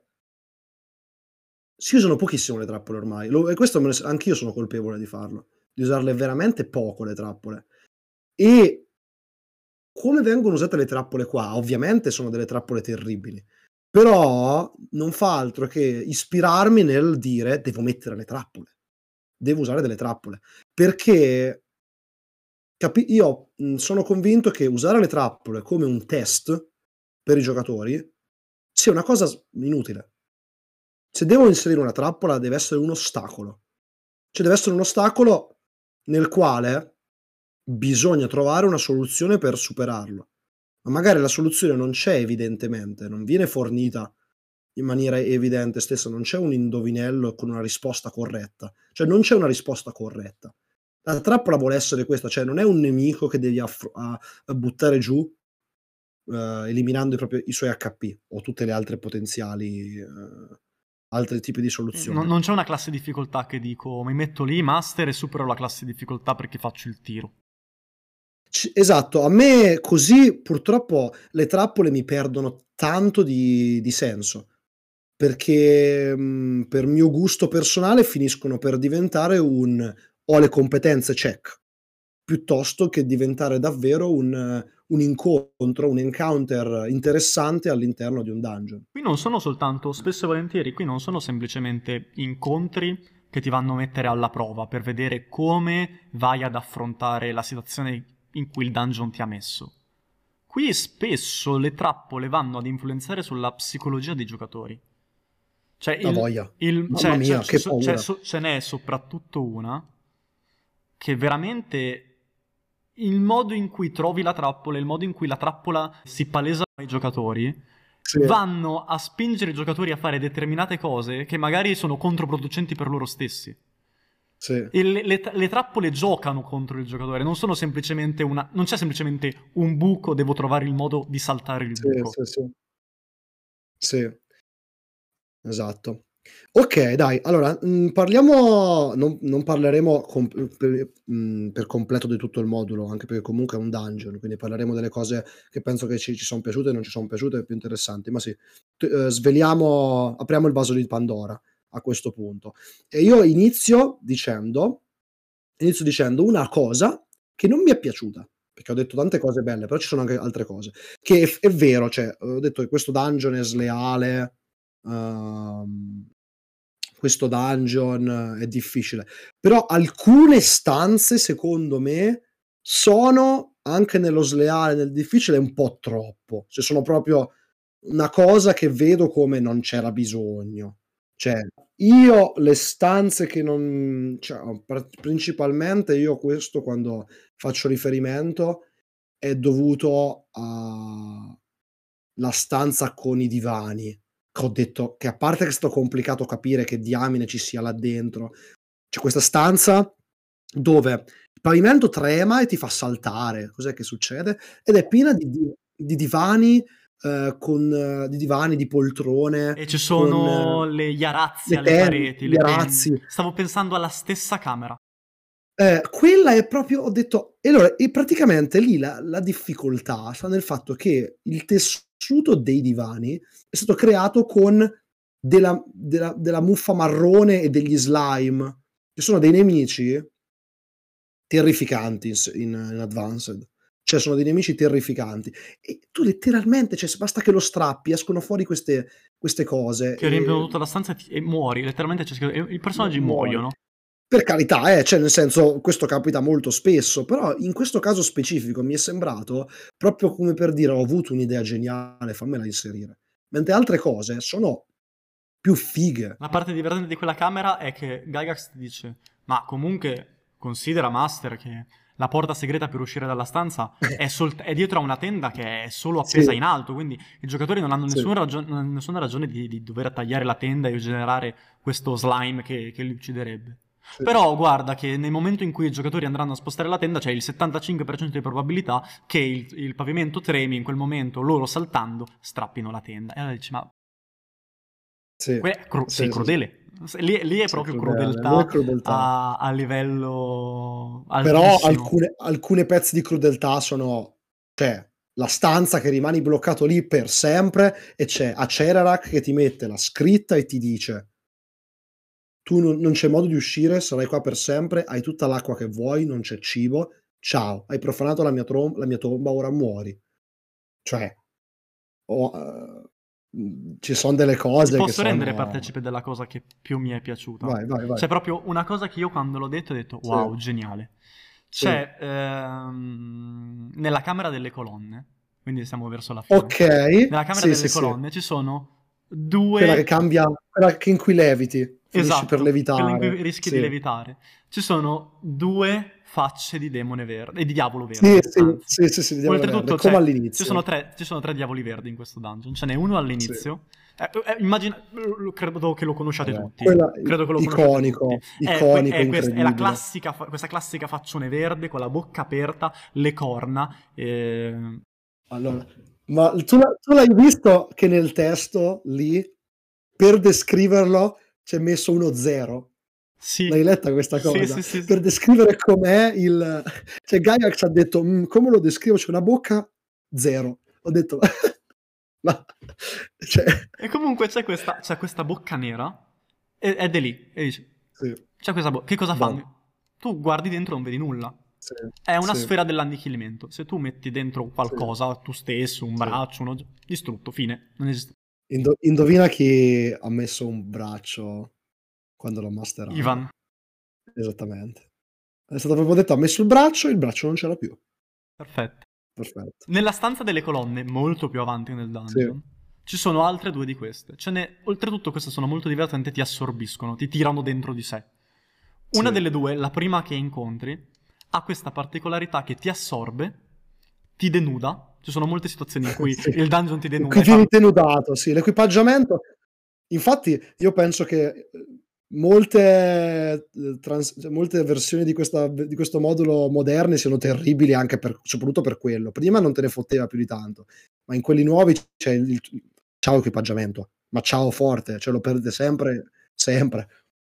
si usano pochissimo le trappole ormai, e questo anch'io sono colpevole di farlo, di usarle veramente poco le trappole. E come vengono usate le trappole qua? Ovviamente sono delle trappole terribili, però non fa altro che ispirarmi nel dire: "Devo mettere le trappole, devo usare delle trappole." Perché io, sono convinto che usare le trappole come un test per i giocatori sia una cosa inutile. Se devo inserire una trappola deve essere un ostacolo. Cioè deve essere un ostacolo nel quale bisogna trovare una soluzione per superarlo. Ma magari la soluzione non c'è evidentemente, non viene fornita in maniera evidente stessa, non c'è un indovinello con una risposta corretta. Cioè non c'è una risposta corretta. La trappola vuole essere questa, cioè non è un nemico che devi a buttare giù eliminando i suoi HP o tutte le altre potenziali altri tipi di soluzioni. Non c'è una classe di difficoltà che dico mi metto lì, master, e supero la classe di difficoltà perché faccio il tiro. Esatto, a me così purtroppo le trappole mi perdono tanto di senso, perché per mio gusto personale finiscono per diventare un ho le competenze check, piuttosto che diventare davvero un incontro, un encounter interessante all'interno di un dungeon. Qui non sono soltanto, spesso e volentieri, qui non sono semplicemente incontri che ti vanno a mettere alla prova per vedere come vai ad affrontare la situazione in cui il dungeon ti ha messo. Qui spesso le trappole vanno ad influenzare sulla psicologia dei giocatori. Cioè, Voglia. Mamma mia, che paura. ce n'è soprattutto una che veramente il modo in cui trovi la trappola, il modo in cui la trappola si palesa ai giocatori, Sì. vanno a spingere i giocatori a fare determinate cose che magari sono controproducenti per loro stessi. Sì. E le trappole giocano contro il giocatore, non sono semplicemente non c'è semplicemente un buco, devo trovare il modo di saltare il buco. Sì. Esatto. Ok, dai, allora parliamo, non parleremo per completo di tutto il modulo, anche perché comunque è un dungeon, quindi parleremo delle cose che penso che ci sono piaciute e non ci sono piaciute, più interessanti, ma sì, sveliamo, apriamo il vaso di Pandora a questo punto. E io inizio dicendo una cosa che non mi è piaciuta, perché ho detto tante cose belle, però ci sono anche altre cose, che è vero, cioè, ho detto che questo dungeon è sleale, questo dungeon è difficile, però alcune stanze secondo me sono anche nello sleale, nel difficile un po' troppo, cioè sono proprio una cosa che vedo come non c'era bisogno. Cioè, io le stanze che non, cioè, principalmente io questo quando faccio riferimento è dovuto a la stanza con i divani, che ho detto che a parte che è stato complicato capire che diamine ci sia là dentro, c'è questa stanza dove il pavimento trema e ti fa saltare. Cos'è che succede? Ed è piena di divani, di divani, di poltrone, E ci con sono le iarazzi le alle pareti, gli le tende. arazzi. Stavo pensando alla stessa camera. Quella è proprio, ho detto, e allora, e praticamente lì la difficoltà sta nel fatto che il tessuto dei divani è stato creato con della muffa marrone e degli slime, che sono dei nemici terrificanti in Advanced. Cioè sono dei nemici terrificanti. E tu letteralmente, cioè basta che lo strappi, escono fuori queste cose Che riempiono tutta la stanza e muori. Letteralmente c'è scritto, i personaggi muori. muoiono. Per carità, cioè nel senso, questo capita molto spesso, però in questo caso specifico mi è sembrato proprio come per dire: "Ho avuto un'idea geniale, fammela inserire." Mentre altre cose sono più fighe. La parte divertente di quella camera è che Gygax ti dice: ma comunque considera, Master, che la porta segreta per uscire dalla stanza è dietro a una tenda che è solo appesa Sì, in alto, quindi i giocatori non hanno sì, nessuna ragione di dover tagliare la tenda e generare questo slime che li ucciderebbe. sì, Però guarda che nel momento in cui i giocatori andranno a spostare la tenda c'è il 75% di probabilità che il pavimento tremi, in quel momento loro saltando strappino la tenda. E allora dici, ma sì, sei sì, sì, sì. crudele. Lì è Sì, proprio crudele, lì è crudeltà crudeltà. a livello Però altissimo. alcune pezzi di crudeltà sono, cioè, la stanza che rimani bloccato lì per sempre e c'è Acererak che ti mette la scritta e ti dice: "Tu non c'è modo di uscire, sarai qua per sempre, hai tutta l'acqua che vuoi, non c'è cibo. Ciao, hai profanato la mia tomba, ora muori." Cioè, o ci son delle Ti cose che posso rendere sono, partecipe della cosa che più mi è piaciuta? vai, vai, vai. C'è proprio una cosa che io quando l'ho detto ho detto Sì, wow, geniale. sì. C'è nella camera delle colonne, quindi siamo verso la fine. Okay, Nella camera sì, sì, delle sì. colonne ci sono Quella che due. cambia, quella che in cui leviti, finisci per Esatto, quella in cui levitare. rischi di Sì. levitare. Ci sono due facce di demone verde, e di diavolo Sì, verde, sì, anzi. sì, sì, sì, diavolo verde, Oltretutto come ci all'inizio. sono tre diavoli verdi in questo dungeon. Ce n'è uno Sì, all'inizio. Immagina, credo che lo conosciate vabbè. tutti. Quella Credo che lo conosciate tutti. iconico, iconico, È la incredibile. classica, questa classica faccione verde con la bocca aperta, le corna. Allora, Ma tu l'hai visto che nel testo lì, per descriverlo, c'è messo uno 0? L'hai Sì, letta questa sì, cosa? sì, sì, Per sì. descrivere com'è il cioè Gygax ha detto: come lo descrivo? C'è una bocca 0". Ho detto: "Ma cioè". E comunque c'è questa bocca nera ed è lì e dici, Sì, c'è questa bocca, che cosa bello. fanno? Tu guardi dentro e non vedi nulla. Sì, È una sì, sfera dell'annichilimento. Se tu metti dentro sì, qualcosa, tu stesso, un sì. braccio, distrutto, fine, non esiste. Indovina chi ha messo un braccio quando l'ho Ivan. masterato? Esattamente. È stato proprio detto: "Ha messo il braccio non c'era più". Perfetto. Perfetto. Nella stanza delle colonne, molto più avanti nel Sì, dungeon, ci sono altre due di queste. Oltretutto queste sono molto divertenti, ti assorbiscono, ti tirano dentro di sé. Una sì. delle due, la prima che incontri, ha questa particolarità che ti assorbe, ti denuda. Ci sono molte situazioni in cui Sì. il dungeon ti In denuda cui e fa... vieni denudato, sì. L'equipaggiamento infatti io penso che, molte, cioè molte versioni di questo modulo moderne siano terribili anche soprattutto per quello. Prima non te ne fotteva più di tanto, ma in quelli nuovi c'è ciao equipaggiamento, ma ciao forte, cioè lo perde sempre, sempre.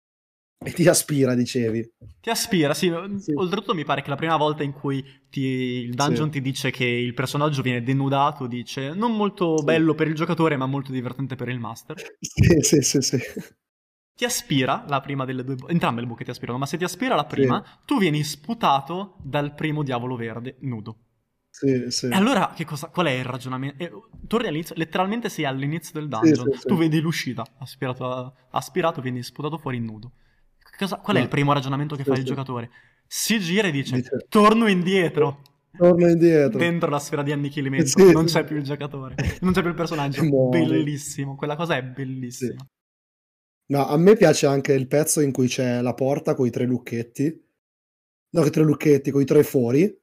E ti aspira dicevi. Ti aspira, sì. Sì, Oltretutto mi pare che la prima volta in cui il sì, dungeon ti dice che il personaggio viene denudato, dice non molto sì. bello per il giocatore, ma molto divertente per il master. Sì, sì, sì, sì. Ti aspira la prima delle due, entrambe le bocche ti aspirano, ma se ti aspira la Sì, prima, tu vieni sputato dal primo diavolo verde nudo. sì, E sì. allora qual è il ragionamento? Torni all'inizio, letteralmente sei all'inizio del Sì, dungeon, sì, tu sì. vedi l'uscita, aspirato, vieni sputato fuori nudo. Qual è Ma il primo ragionamento che sì, fa il sì. giocatore? Si gira e Dice dice, torno indietro. torno indietro. Dentro la sfera di annichilimento, Sì, non sì, c'è sì. più il giocatore, non c'è più il E personaggio. muori. Bellissimo, quella cosa è Sì. bellissima. No, a me piace anche il pezzo in cui c'è la porta coi 3 lucchetti. No, che 3 lucchetti, coi 3 fori,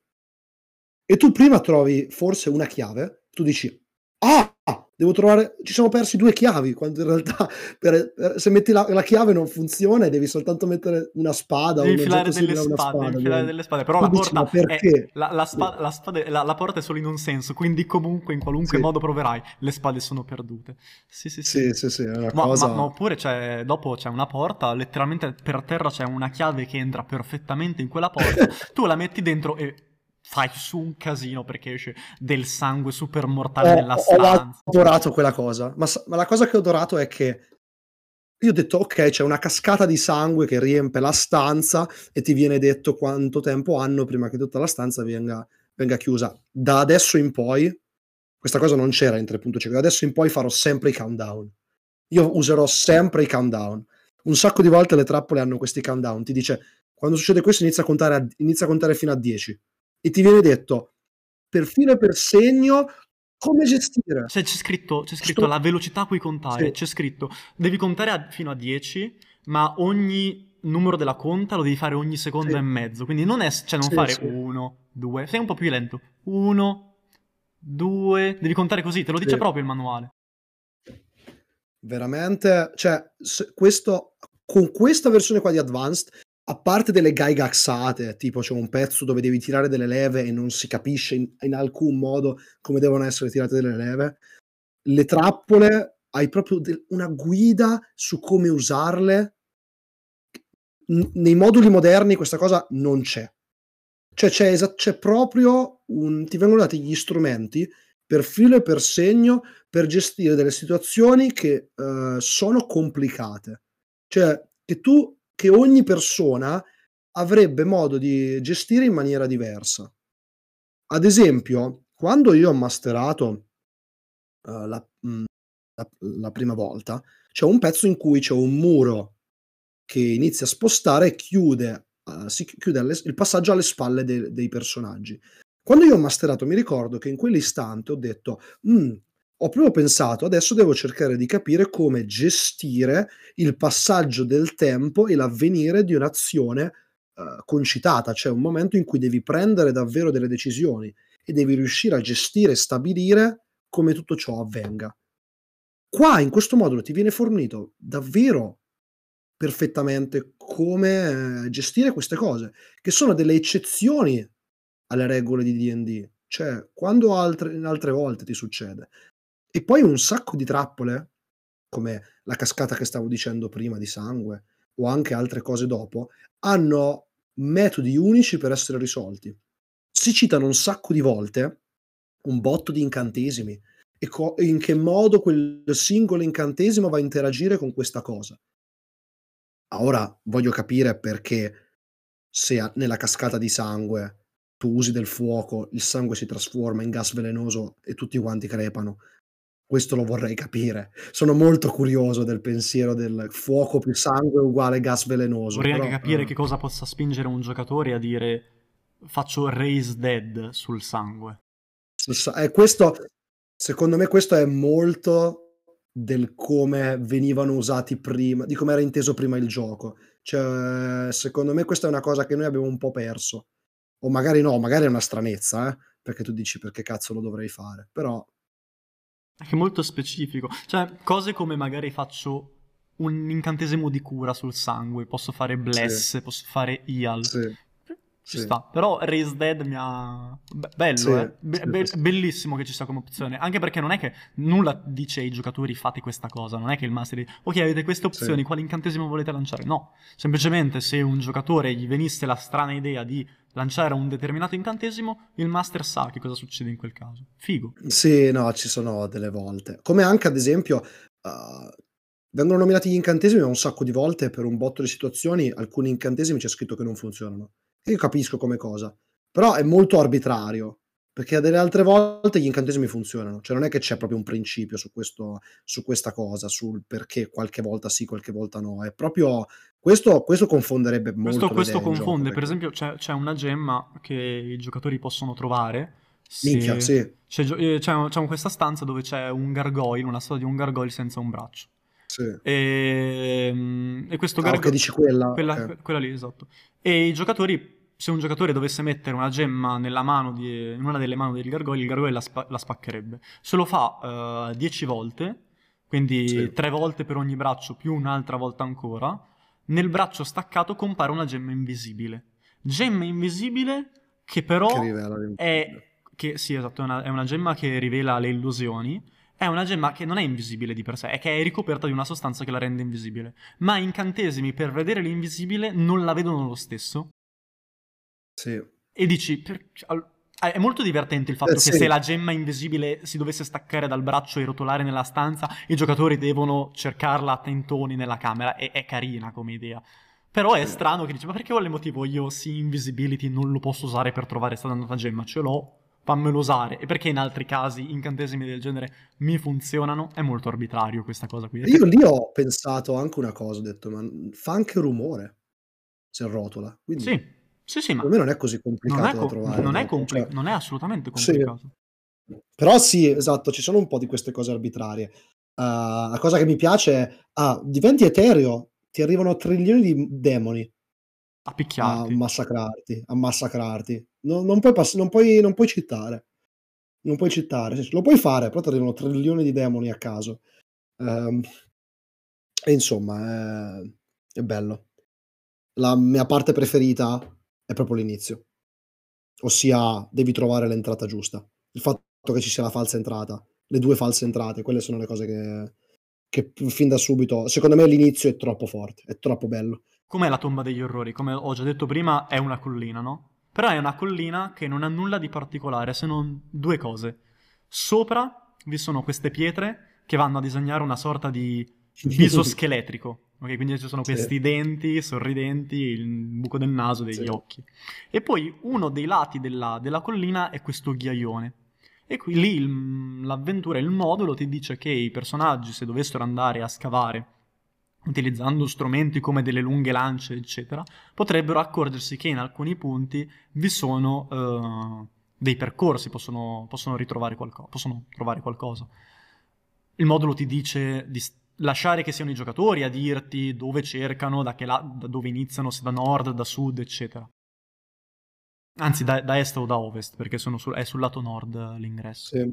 e tu prima trovi forse una chiave, tu dici: "Ah, devo trovare ci siamo persi 2 chiavi", quando in realtà se metti la chiave non funziona e devi soltanto mettere una spada o Devi un oggetto simile a una devi spada infilare dentro. delle spade, però Tu la dici: "Ma porta è... perché?" Sì, La porta è solo in un senso, quindi comunque in qualunque sì, modo proverai, le spade sono perdute. Sì, sì, sì. sì, sì, sì, è una Ma cosa oppure dopo c'è una porta, letteralmente per terra c'è una chiave che entra perfettamente in quella porta, tu la metti dentro e fai su un casino perché esce del sangue super mortale nella ho stanza. adorato quella cosa, ma la cosa che ho adorato è che io ho detto: "Okay, c'è una cascata di sangue che riempie la stanza e ti viene detto quanto tempo hanno prima che tutta la stanza venga chiusa". Da adesso in poi questa cosa non c'era in 3.5, da adesso in poi farò sempre i countdown. Io userò sempre i countdown. Un sacco di volte le trappole hanno questi countdown. Ti dice: "Quando succede questo inizia a contare fino a 10". E ti viene detto per filo e per segno come gestire. C'è scritto Sto la velocità a cui Sì, contare, c'è scritto devi contare fino a 10, ma ogni numero della conta lo devi fare ogni secondo sì, e mezzo, quindi non è, cioè non sì, fare sì. 1, 2, sei un po' più lento, 1, 2, devi contare così, te lo dice Sì. proprio il manuale. Veramente, cioè, questo con questa versione qua di Advanced, a parte delle gygaxate, tipo c'è un pezzo dove devi tirare delle leve e non si capisce in alcun modo come devono essere tirate delle leve, le trappole hai proprio una guida su come usarle. Nei moduli moderni questa cosa non c'è. Cioè c'è proprio ti vengono dati gli strumenti per filo e per segno per gestire delle situazioni che, sono complicate. Cioè che ogni persona avrebbe modo di gestire in maniera diversa. Ad esempio, quando io ho masterato, la la prima volta, c'è un pezzo in cui c'è un muro che inizia a spostare e si chiude il passaggio alle spalle dei personaggi. Quando io ho masterato mi ricordo che in quell'istante ho detto: ho proprio pensato adesso devo cercare di capire come gestire il passaggio del tempo e l'avvenire di un'azione, concitata, cioè un momento in cui devi prendere davvero delle decisioni e devi riuscire a gestire e stabilire come tutto ciò avvenga. Qua in questo modulo ti viene fornito davvero perfettamente come, gestire queste cose, che sono delle eccezioni alle regole di D&D. Cioè, quando in altre volte ti succede? E poi un sacco di trappole, come la cascata che stavo dicendo prima di sangue, o anche altre cose dopo, hanno metodi unici per essere risolti. Si citano un sacco di volte un botto di incantesimi e in che modo quel singolo incantesimo va a interagire con questa cosa. Ora voglio capire perché se nella cascata di sangue tu usi del fuoco, il sangue si trasforma in gas velenoso e tutti quanti crepano. Questo lo vorrei capire. Sono molto curioso del pensiero del fuoco più sangue uguale gas velenoso, Vorrei anche però, capire che cosa possa spingere un giocatore a dire faccio raise dead sul sangue. questo secondo me questo è molto del come venivano usati prima, di come era inteso prima il gioco. Cioè, secondo me questa è una cosa che noi abbiamo un po' perso. O magari no, magari è una stranezza, perché tu dici: "Perché cazzo lo dovrei fare?" Però È molto specifico. Cioè, cose come magari faccio un incantesimo di cura sul sangue, posso fare sì, Bless, posso fare Heal. sì, Ci sì, sta. Però Raise Dead mi ha... bello, sì, eh? sì, sì, sì, Bellissimo che ci sia come opzione. Anche perché non è che nulla dice ai giocatori fate questa cosa. Non è che il master dice ok, avete queste sì. opzioni, quali incantesimo volete lanciare? No. Semplicemente se un giocatore gli venisse la strana idea di lanciare un determinato incantesimo, il master sa che cosa succede in quel caso. Figo. Sì, no, ci sono delle volte. Come anche ad esempio, uhm, vengono nominati gli incantesimi, ma un sacco di volte per un botto di situazioni alcuni incantesimi c'è scritto che non funzionano. E io capisco come cosa, però è molto arbitrario, perché delle altre volte gli incantesimi funzionano. Cioè non è che c'è proprio un principio su questa cosa, sul perché qualche volta sì, qualche volta no. È proprio questo confonderebbe molto le Questo idee in gioco, confonde, per perché esempio c'è una gemma che i giocatori possono trovare minchia, se... sì, c'è questa stanza dove c'è un gargoyle, una storia di un gargoyle senza un braccio. sì. E questo Ah, okay, gargoyle... dici quella, Quella, okay. quella lì, esatto. E i giocatori, se un giocatore dovesse mettere una gemma nella mano in una delle mani del gargoyle, il gargoyle la spaccherebbe. Se lo fa 10 volte, Sì, quindi 3 volte per ogni braccio più un'altra volta ancora, nel braccio staccato compare una gemma invisibile. Gemma invisibile che che però rivela l'invisibile. è... Che, sì, esatto, è una gemma che rivela le illusioni. È una gemma che non è invisibile di per sé, è che è ricoperta di una sostanza che la rende invisibile. Ma incantesimi per vedere l'invisibile non la vedono lo stesso. Sì. E dici, è molto divertente il fatto che se Sì, la gemma invisibile si dovesse staccare dal braccio e rotolare nella stanza, i giocatori devono cercarla a tentoni nella camera. È carina come idea. Però è sì. strano che dici, ma perché quale motivo io sì invisibility non lo posso usare per trovare sta dannata gemma? Ce l'ho, fammelo usare. E perché in altri casi incantesimi del genere mi funzionano? È molto arbitrario questa cosa qui. E io lì ho pensato anche una cosa, ho detto: "Ma, fa anche rumore se rotola, quindi Sì, sì, sì, ma secondo me non è così complicato da trovare dopo." Cioè non è assolutamente sì, complicato. però sì, esatto, ci sono un po' di queste cose arbitrarie. La cosa che mi piace è: diventi etereo, ti arrivano trilioni di demoni A a picchiarti. massacrarti. Non puoi cheatare. Non puoi cheatare, sì, lo puoi fare, però t'arrivano trilioni di demoni a caso. Ehm, e insomma è bello. La mia parte preferita è proprio l'inizio, ossia devi trovare l'entrata giusta. Il fatto che ci sia la falsa entrata, le 2 false entrate, quelle sono le cose che fin da subito secondo me l'inizio è troppo forte, è troppo bello. Com'è la tomba degli orrori? Come ho già detto prima, è una collina, no? Però è una collina che non ha nulla di particolare, se non due cose. Sopra vi sono queste pietre che vanno a disegnare una sorta di viso scheletrico. Ok, quindi ci sono Sì, questi denti sorridenti, il buco del naso, sì, degli occhi. E poi uno dei lati della collina è questo ghiaione. E qui lì l'avventura, il modulo ti dice che i personaggi, se dovessero andare a scavare utilizzando strumenti come delle lunghe lance, eccetera, potrebbero accorgersi che in alcuni punti vi sono dei percorsi, possono ritrovare qualcosa, possono trovare qualcosa. Il modulo ti dice di lasciare che siano i giocatori a dirti dove cercano, da dove iniziano, se da nord, da sud, eccetera. Anzi, da est o da ovest, perché è sul lato nord l'ingresso. sì.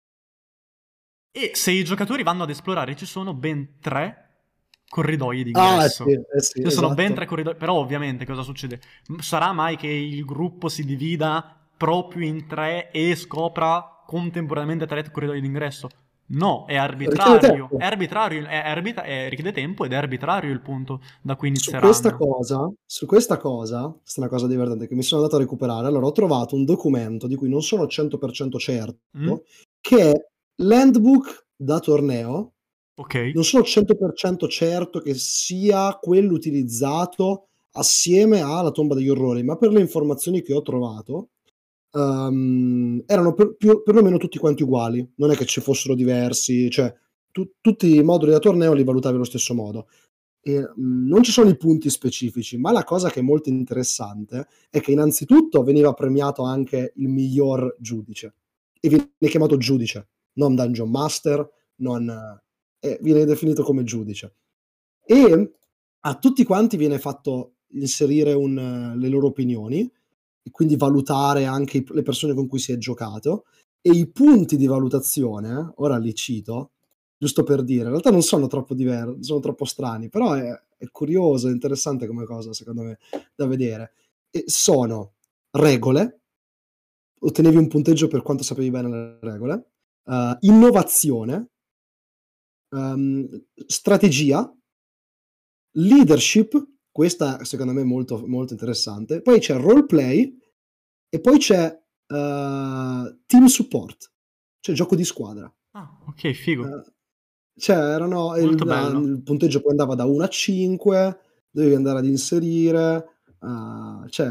E se i giocatori vanno ad esplorare, ci sono ben 3 corridoi Sì, d'ingresso. eh sì, Ci sono ben esatto. 3 corridoi, però ovviamente cosa succede? Sarà mai che il gruppo si divida proprio in 3 e scopra contemporaneamente 3 corridoi d'ingresso. No, è arbitrario. Richiede tempo ed è arbitrario il punto da cui inizieranno. Su questa cosa, questa è una cosa divertente che mi sono andato a recuperare. Allora, ho trovato un documento di cui non sono 100% certo, Mm? che è l'handbook da torneo. Ok. Non sono 100% certo che sia quello utilizzato assieme alla Tomba degli Orrori, ma per le informazioni che ho trovato, erano perlomeno tutti quanti uguali. Non è che ci fossero diversi, cioè tutti i moduli da torneo li valutavi allo stesso modo. Non ci sono i punti specifici, ma la cosa che è molto interessante è che innanzitutto veniva premiato anche il miglior giudice, e viene chiamato giudice, non Dungeon Master, viene definito come giudice. E a tutti quanti viene fatto inserire le loro opinioni, e quindi valutare anche le persone con cui si è giocato, e i punti di valutazione, ora li cito, giusto per dire, in realtà non sono troppo diversi, sono troppo strani, però è curioso, è interessante come cosa, secondo me, da vedere. E sono regole, ottenevi un punteggio per quanto sapevi bene le regole, innovazione, strategia, leadership, questa secondo me è molto, molto interessante, poi c'è roleplay e poi c'è team support, cioè gioco di squadra. Ah, ok, figo. Cioè, erano Molto bello. il punteggio poi andava da 1 a 5, dovevi andare ad inserire, cioè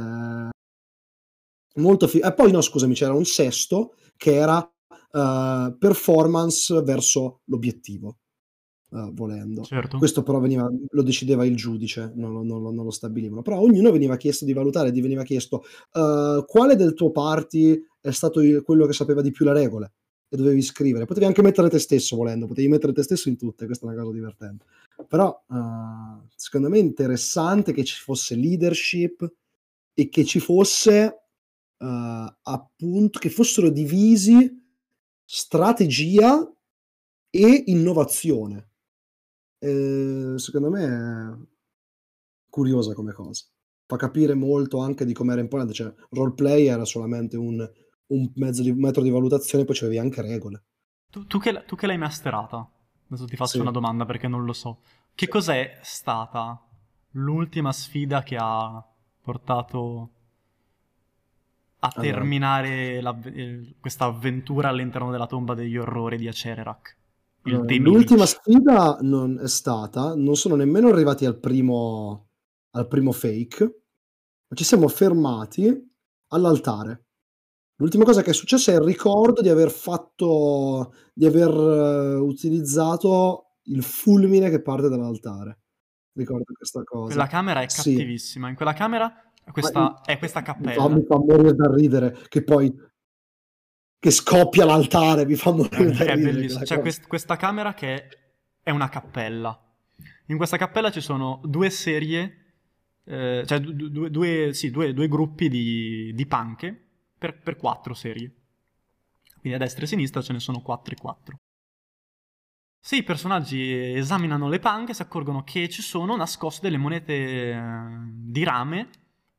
molto e poi no, scusami, c'era un sesto che era performance verso l'obiettivo, volendo. Certo. Questo però lo decideva il giudice, non lo stabilivano. Però ognuno veniva chiesto di valutare, ti veniva chiesto quale del tuo party è stato quello che sapeva di più le regole, e dovevi scrivere. Potevi anche mettere te stesso volendo, potevi mettere te stesso in tutte, questa è una cosa divertente. Però secondo me è interessante che ci fosse leadership e che ci fosse appunto, che fossero divisi strategia e innovazione. Secondo me è curiosa come cosa. Fa capire molto anche di com'era importante, cioè roleplay era solamente un metro di valutazione, poi c'avevi anche regole. Tu che l'hai masterata, adesso ti faccio una Sì. domanda perché non lo so. Che Sì. cos'è stata l'ultima sfida che ha portato a Allora, terminare questa avventura all'interno della tomba degli orrori di Acererak? Il Demi l'ultima Lich. sfida non è stata, non sono nemmeno arrivati al primo fake, ma ci siamo fermati all'altare. L'ultima cosa che è successa è il ricordo di aver utilizzato il fulmine che parte dall'altare. Ricordo questa Quella cosa. camera è Sì, cattivissima. In quella camera ma è questa mi cappella. fa morire da ridere che poi che scoppia l'altare, mi fa morire da È ridere bellissimo. quella C'è cosa. questa camera che è una cappella. In questa cappella ci sono due serie, cioè due gruppi di panche per 4 serie. Quindi a destra e a sinistra ce ne sono 4 e 4. Se i personaggi esaminano le panche si accorgono che ci sono nascoste delle monete di rame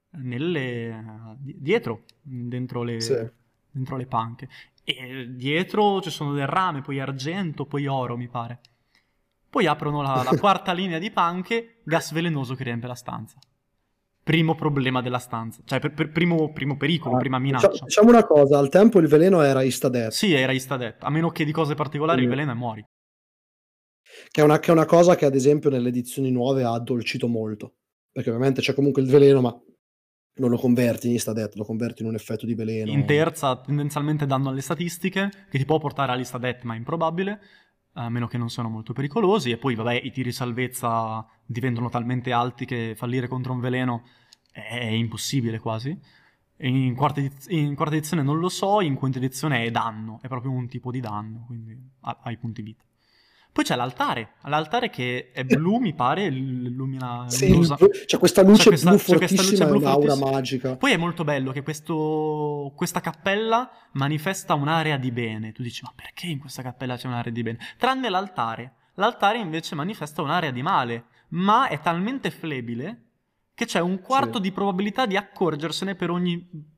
dietro, Sì. dentro le panche. E dietro ci sono del rame, poi argento, poi oro, mi pare. Poi aprono la quarta linea di panche, gas velenoso che riempie la stanza. Primo problema della stanza, cioè primo pericolo, prima minaccia. Diciamo una cosa, al tempo il veleno era Istadet, Sì, era Istadet, a meno che di cose particolari il quindi veleno e muori. che è una cosa che ad esempio nelle edizioni nuove ha addolcito molto, perché ovviamente c'è comunque il veleno, ma non lo converti in Istadet, lo converti in un effetto di In veleno. terza, tendenzialmente danno alle statistiche, che ti può portare all'Istadet, ma è improbabile, a meno che non siano molto pericolosi. E poi, vabbè, i tiri salvezza diventano talmente alti che fallire contro un veleno è impossibile quasi. E in quarta edizione non lo so, in quinta edizione è danno, è proprio un tipo di danno, quindi hai punti vita. Poi c'è l'altare che è blu, mi pare, illumina Sì, luminosa. c'è questa luce blu C'è questa luce fortissima e blu un'aura fortissima. magica. Poi è molto bello che questa cappella manifesta un'area di bene. Tu dici, ma perché in questa cappella c'è un'area di bene? Tranne l'altare. L'altare invece manifesta un'area di male, ma è talmente flebile che c'è un Sì, quarto di probabilità di accorgersene per ogni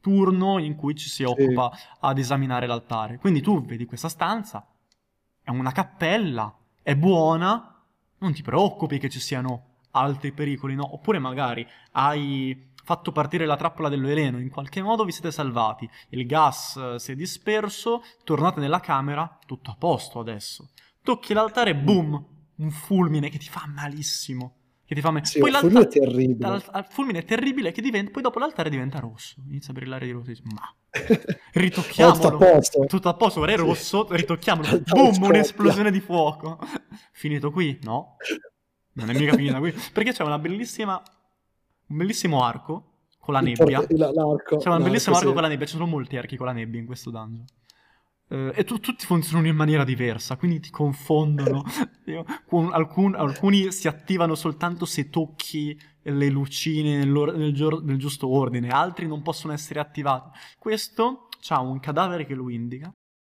turno in cui ci si Sì. occupa ad esaminare l'altare. Quindi tu vedi questa stanza, è una cappella, è buona, non ti preoccupi che ci siano altri pericoli, no? Oppure magari hai fatto partire la trappola del veleno, in qualche modo vi siete salvati, il gas si è disperso, tornate nella camera, tutto a posto adesso. Tocchi l'altare, boom, un fulmine che ti fa malissimo. Che ti fa Sì, Poi un fulmine l'altare, terribile. fulmine terribile che diventa, poi dopo l'altare diventa rosso, inizia a brillare di rosso, dici, ma Oh, tutto a ritocchiamolo, posto. tutto a posto, ora è Sì. rosso, ritocchiamolo, L'altare boom, scoppia. un'esplosione di fuoco. Finito qui? No, non è mica finita qui, perché c'è un bellissimo arco con la nebbia. C'è un bellissimo arco Sì. con la nebbia, ci sono molti archi con la nebbia in questo dungeon. E tutti funzionano in maniera diversa, quindi ti confondono. Alcuni si attivano soltanto se tocchi le lucine nel giusto ordine, altri non possono essere attivati. Questo c'ha un cadavere che lo indica.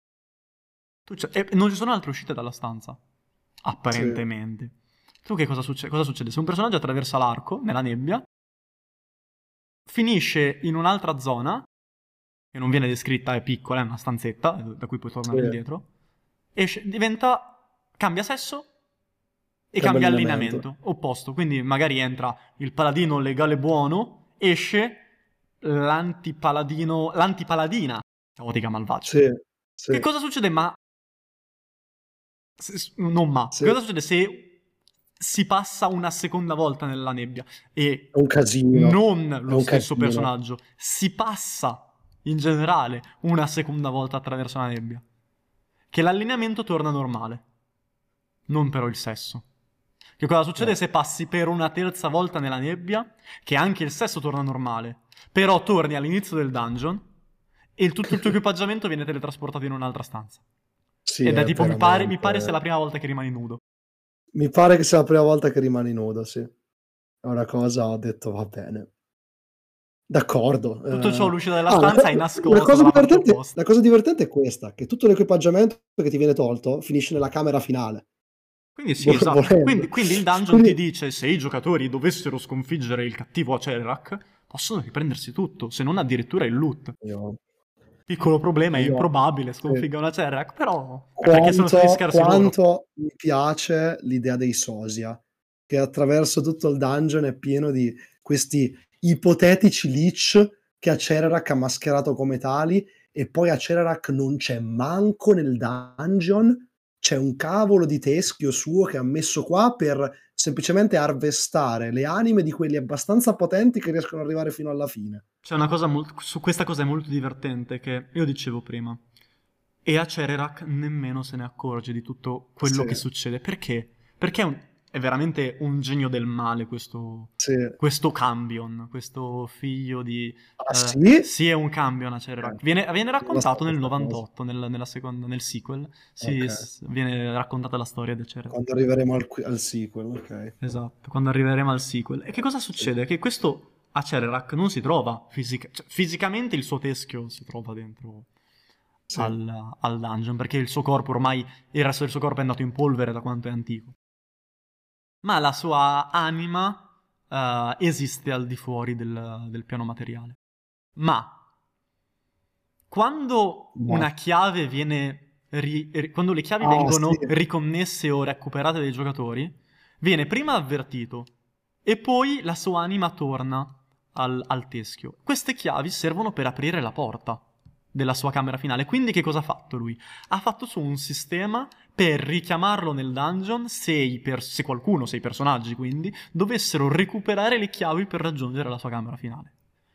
E non ci sono altre uscite dalla stanza, apparentemente. Tu che cosa succede? Cosa succede? Se un personaggio attraversa l'arco nella nebbia, finisce in un'altra zona che non viene descritta, è piccola, è una stanzetta da cui puoi tornare Sì. indietro, cambia sesso e Cambia cambia allineamento. allineamento, opposto, quindi magari entra il paladino legale buono, esce l'antipaladina, caotica malvagia. Sì. Che cosa succede? Sì. Cosa succede se si passa una seconda volta nella nebbia e È un casino. non È lo un stesso casino. personaggio, si passa in generale una seconda volta attraverso la nebbia, che l'allineamento torna normale, non però il sesso. Che cosa succede No. se passi per una terza volta nella nebbia, che anche il sesso torna normale, però torni all'inizio del dungeon e tutto il tuo equipaggiamento viene teletrasportato in un'altra stanza. Sì, Ed è è tipo, mi veramente... pare sia la prima volta che rimani nudo. Mi pare che sia la prima volta che rimani nudo, sì. È una cosa, ho detto, va bene. D'accordo. Tutto ciò all'uscita della La stanza è co nascosto dalla parte opposta. la cosa divertente è questa, che tutto l'equipaggiamento che ti viene tolto finisce nella camera finale. Quindi sì, esatto. Volendo. Quindi il dungeon ti dice, se i giocatori dovessero sconfiggere il cattivo Acererak, possono riprendersi tutto, se non addirittura il loot. Io Piccolo problema, è io improbabile sì. sconfiggere un Acererak, però è perché sono stati scarsi loro. Quanto mi piace l'idea dei sosia, che attraverso tutto il dungeon è pieno di questi ipotetici leech che Acererak ha mascherato come tali, e poi Acererak non c'è manco nel dungeon, c'è un cavolo di teschio suo che ha messo qua per semplicemente harvestare le anime di quelli abbastanza potenti che riescono ad arrivare fino alla fine. C'è una cosa su questa cosa è molto divertente che io dicevo prima. E Acererak nemmeno se ne accorge di tutto quello Sì. che succede. Perché? Perché è veramente un genio del male questo Cambion, questo figlio di... Sì? Sì, è un Cambion Acererak. Viene raccontato nel Cosa. 98, nel sequel. Sì, Okay. viene raccontata la storia di Acererak. Quando arriveremo al sequel, ok. Esatto, quando arriveremo al sequel. E che cosa succede? Sì. Che questo Acererak non si trova fisicamente, il suo teschio si trova dentro Sì. al dungeon, perché il suo corpo ormai, il resto del suo corpo è andato in polvere da quanto è antico. Ma la sua anima esiste al di fuori del piano materiale. Ma quando una chiave viene quando le chiavi vengono Sì. riconnesse o recuperate dai giocatori, viene prima avvertito e poi la sua anima torna al teschio. Queste chiavi servono per aprire la porta della sua camera finale. Quindi che cosa ha fatto lui? Ha fatto su un sistema per richiamarlo nel dungeon se i personaggi quindi, dovessero recuperare le chiavi per raggiungere la sua camera finale.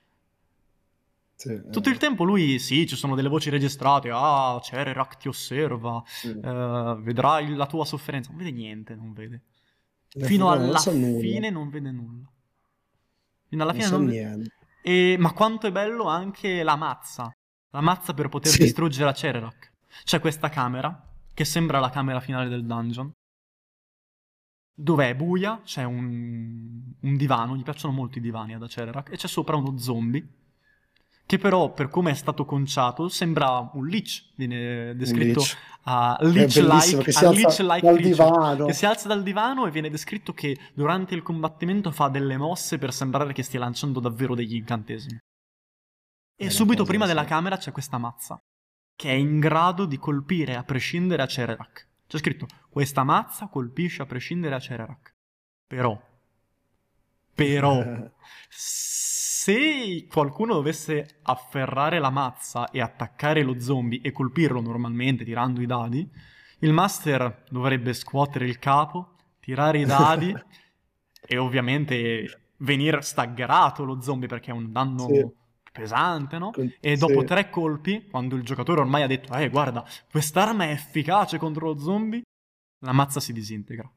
Sì, Tutto il tempo lui, sì, ci sono delle voci registrate, Acererak ti osserva, sì. vedrai la tua sofferenza. Non vede niente, non vede. Fino alla Fine non vede nulla. Fino alla non fine sa non niente. Ma quanto è bello anche la mazza. La mazza per poter Sì. distruggere Acererak. C'è questa camera, che sembra la camera finale del dungeon, dove è buia, c'è un divano, gli piacciono molto i divani ad Acererak, e c'è sopra uno zombie, che però, per come è stato conciato, sembra un leech, viene descritto a leech-like, che si alza dal creature, divano. che si alza dal divano e viene descritto che durante il combattimento fa delle mosse per sembrare che stia lanciando davvero degli incantesimi. E la subito cosa, prima della sì. camera c'è questa mazza che è in grado di colpire a prescindere Acererak. C'è scritto, questa mazza colpisce a prescindere Acererak. Però, se qualcuno dovesse afferrare la mazza e attaccare lo zombie e colpirlo normalmente tirando i dadi, il master dovrebbe scuotere il capo, tirare i dadi e ovviamente venire staggerato lo zombie perché è un Sì, danno pesante, no? E dopo sì. 3 colpi, quando il giocatore ormai ha detto guarda, quest'arma è efficace contro lo zombie, la mazza si disintegra.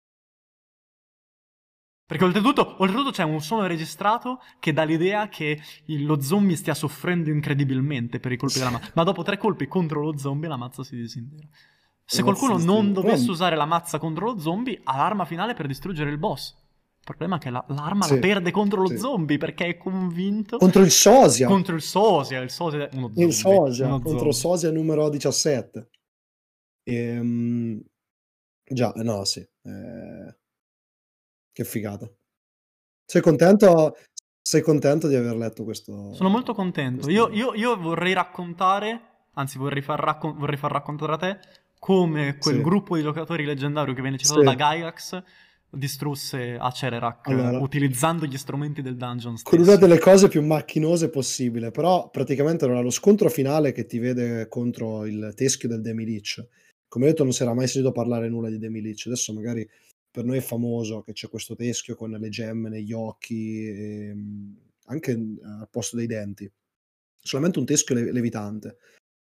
Perché oltretutto c'è un suono registrato che dà l'idea che lo zombie stia soffrendo incredibilmente per i colpi della mazza. Ma dopo 3 colpi contro lo zombie la mazza si disintegra. Se qualcuno non Però, dovesse usare la mazza contro lo zombie, ha l'arma finale per distruggere il boss. Il problema è che l'arma la sì, perde contro lo sì. zombie perché è convinto... Contro il Sosia. Contro il Sosia è uno Il zombie. Sosia, Uno contro zombie. Sosia numero 17. Già, no, sì. Che figata. Sei contento? Sei contento di aver letto questo? Sono molto contento. questo... Io vorrei raccontare, anzi vorrei far raccontare a te come quel Sì, gruppo di giocatori leggendario che viene citato da sì. Gygax distrusse Acererak Allora, utilizzando gli strumenti del dungeon con una stesso. delle cose più macchinose possibile, però praticamente allora, lo scontro finale che ti vede contro il teschio del Demilich, come detto non si era mai sentito parlare nulla di Demilich, adesso magari per noi è famoso che c'è questo teschio con le gemme negli occhi, anche al posto dei denti, solamente un teschio levitante,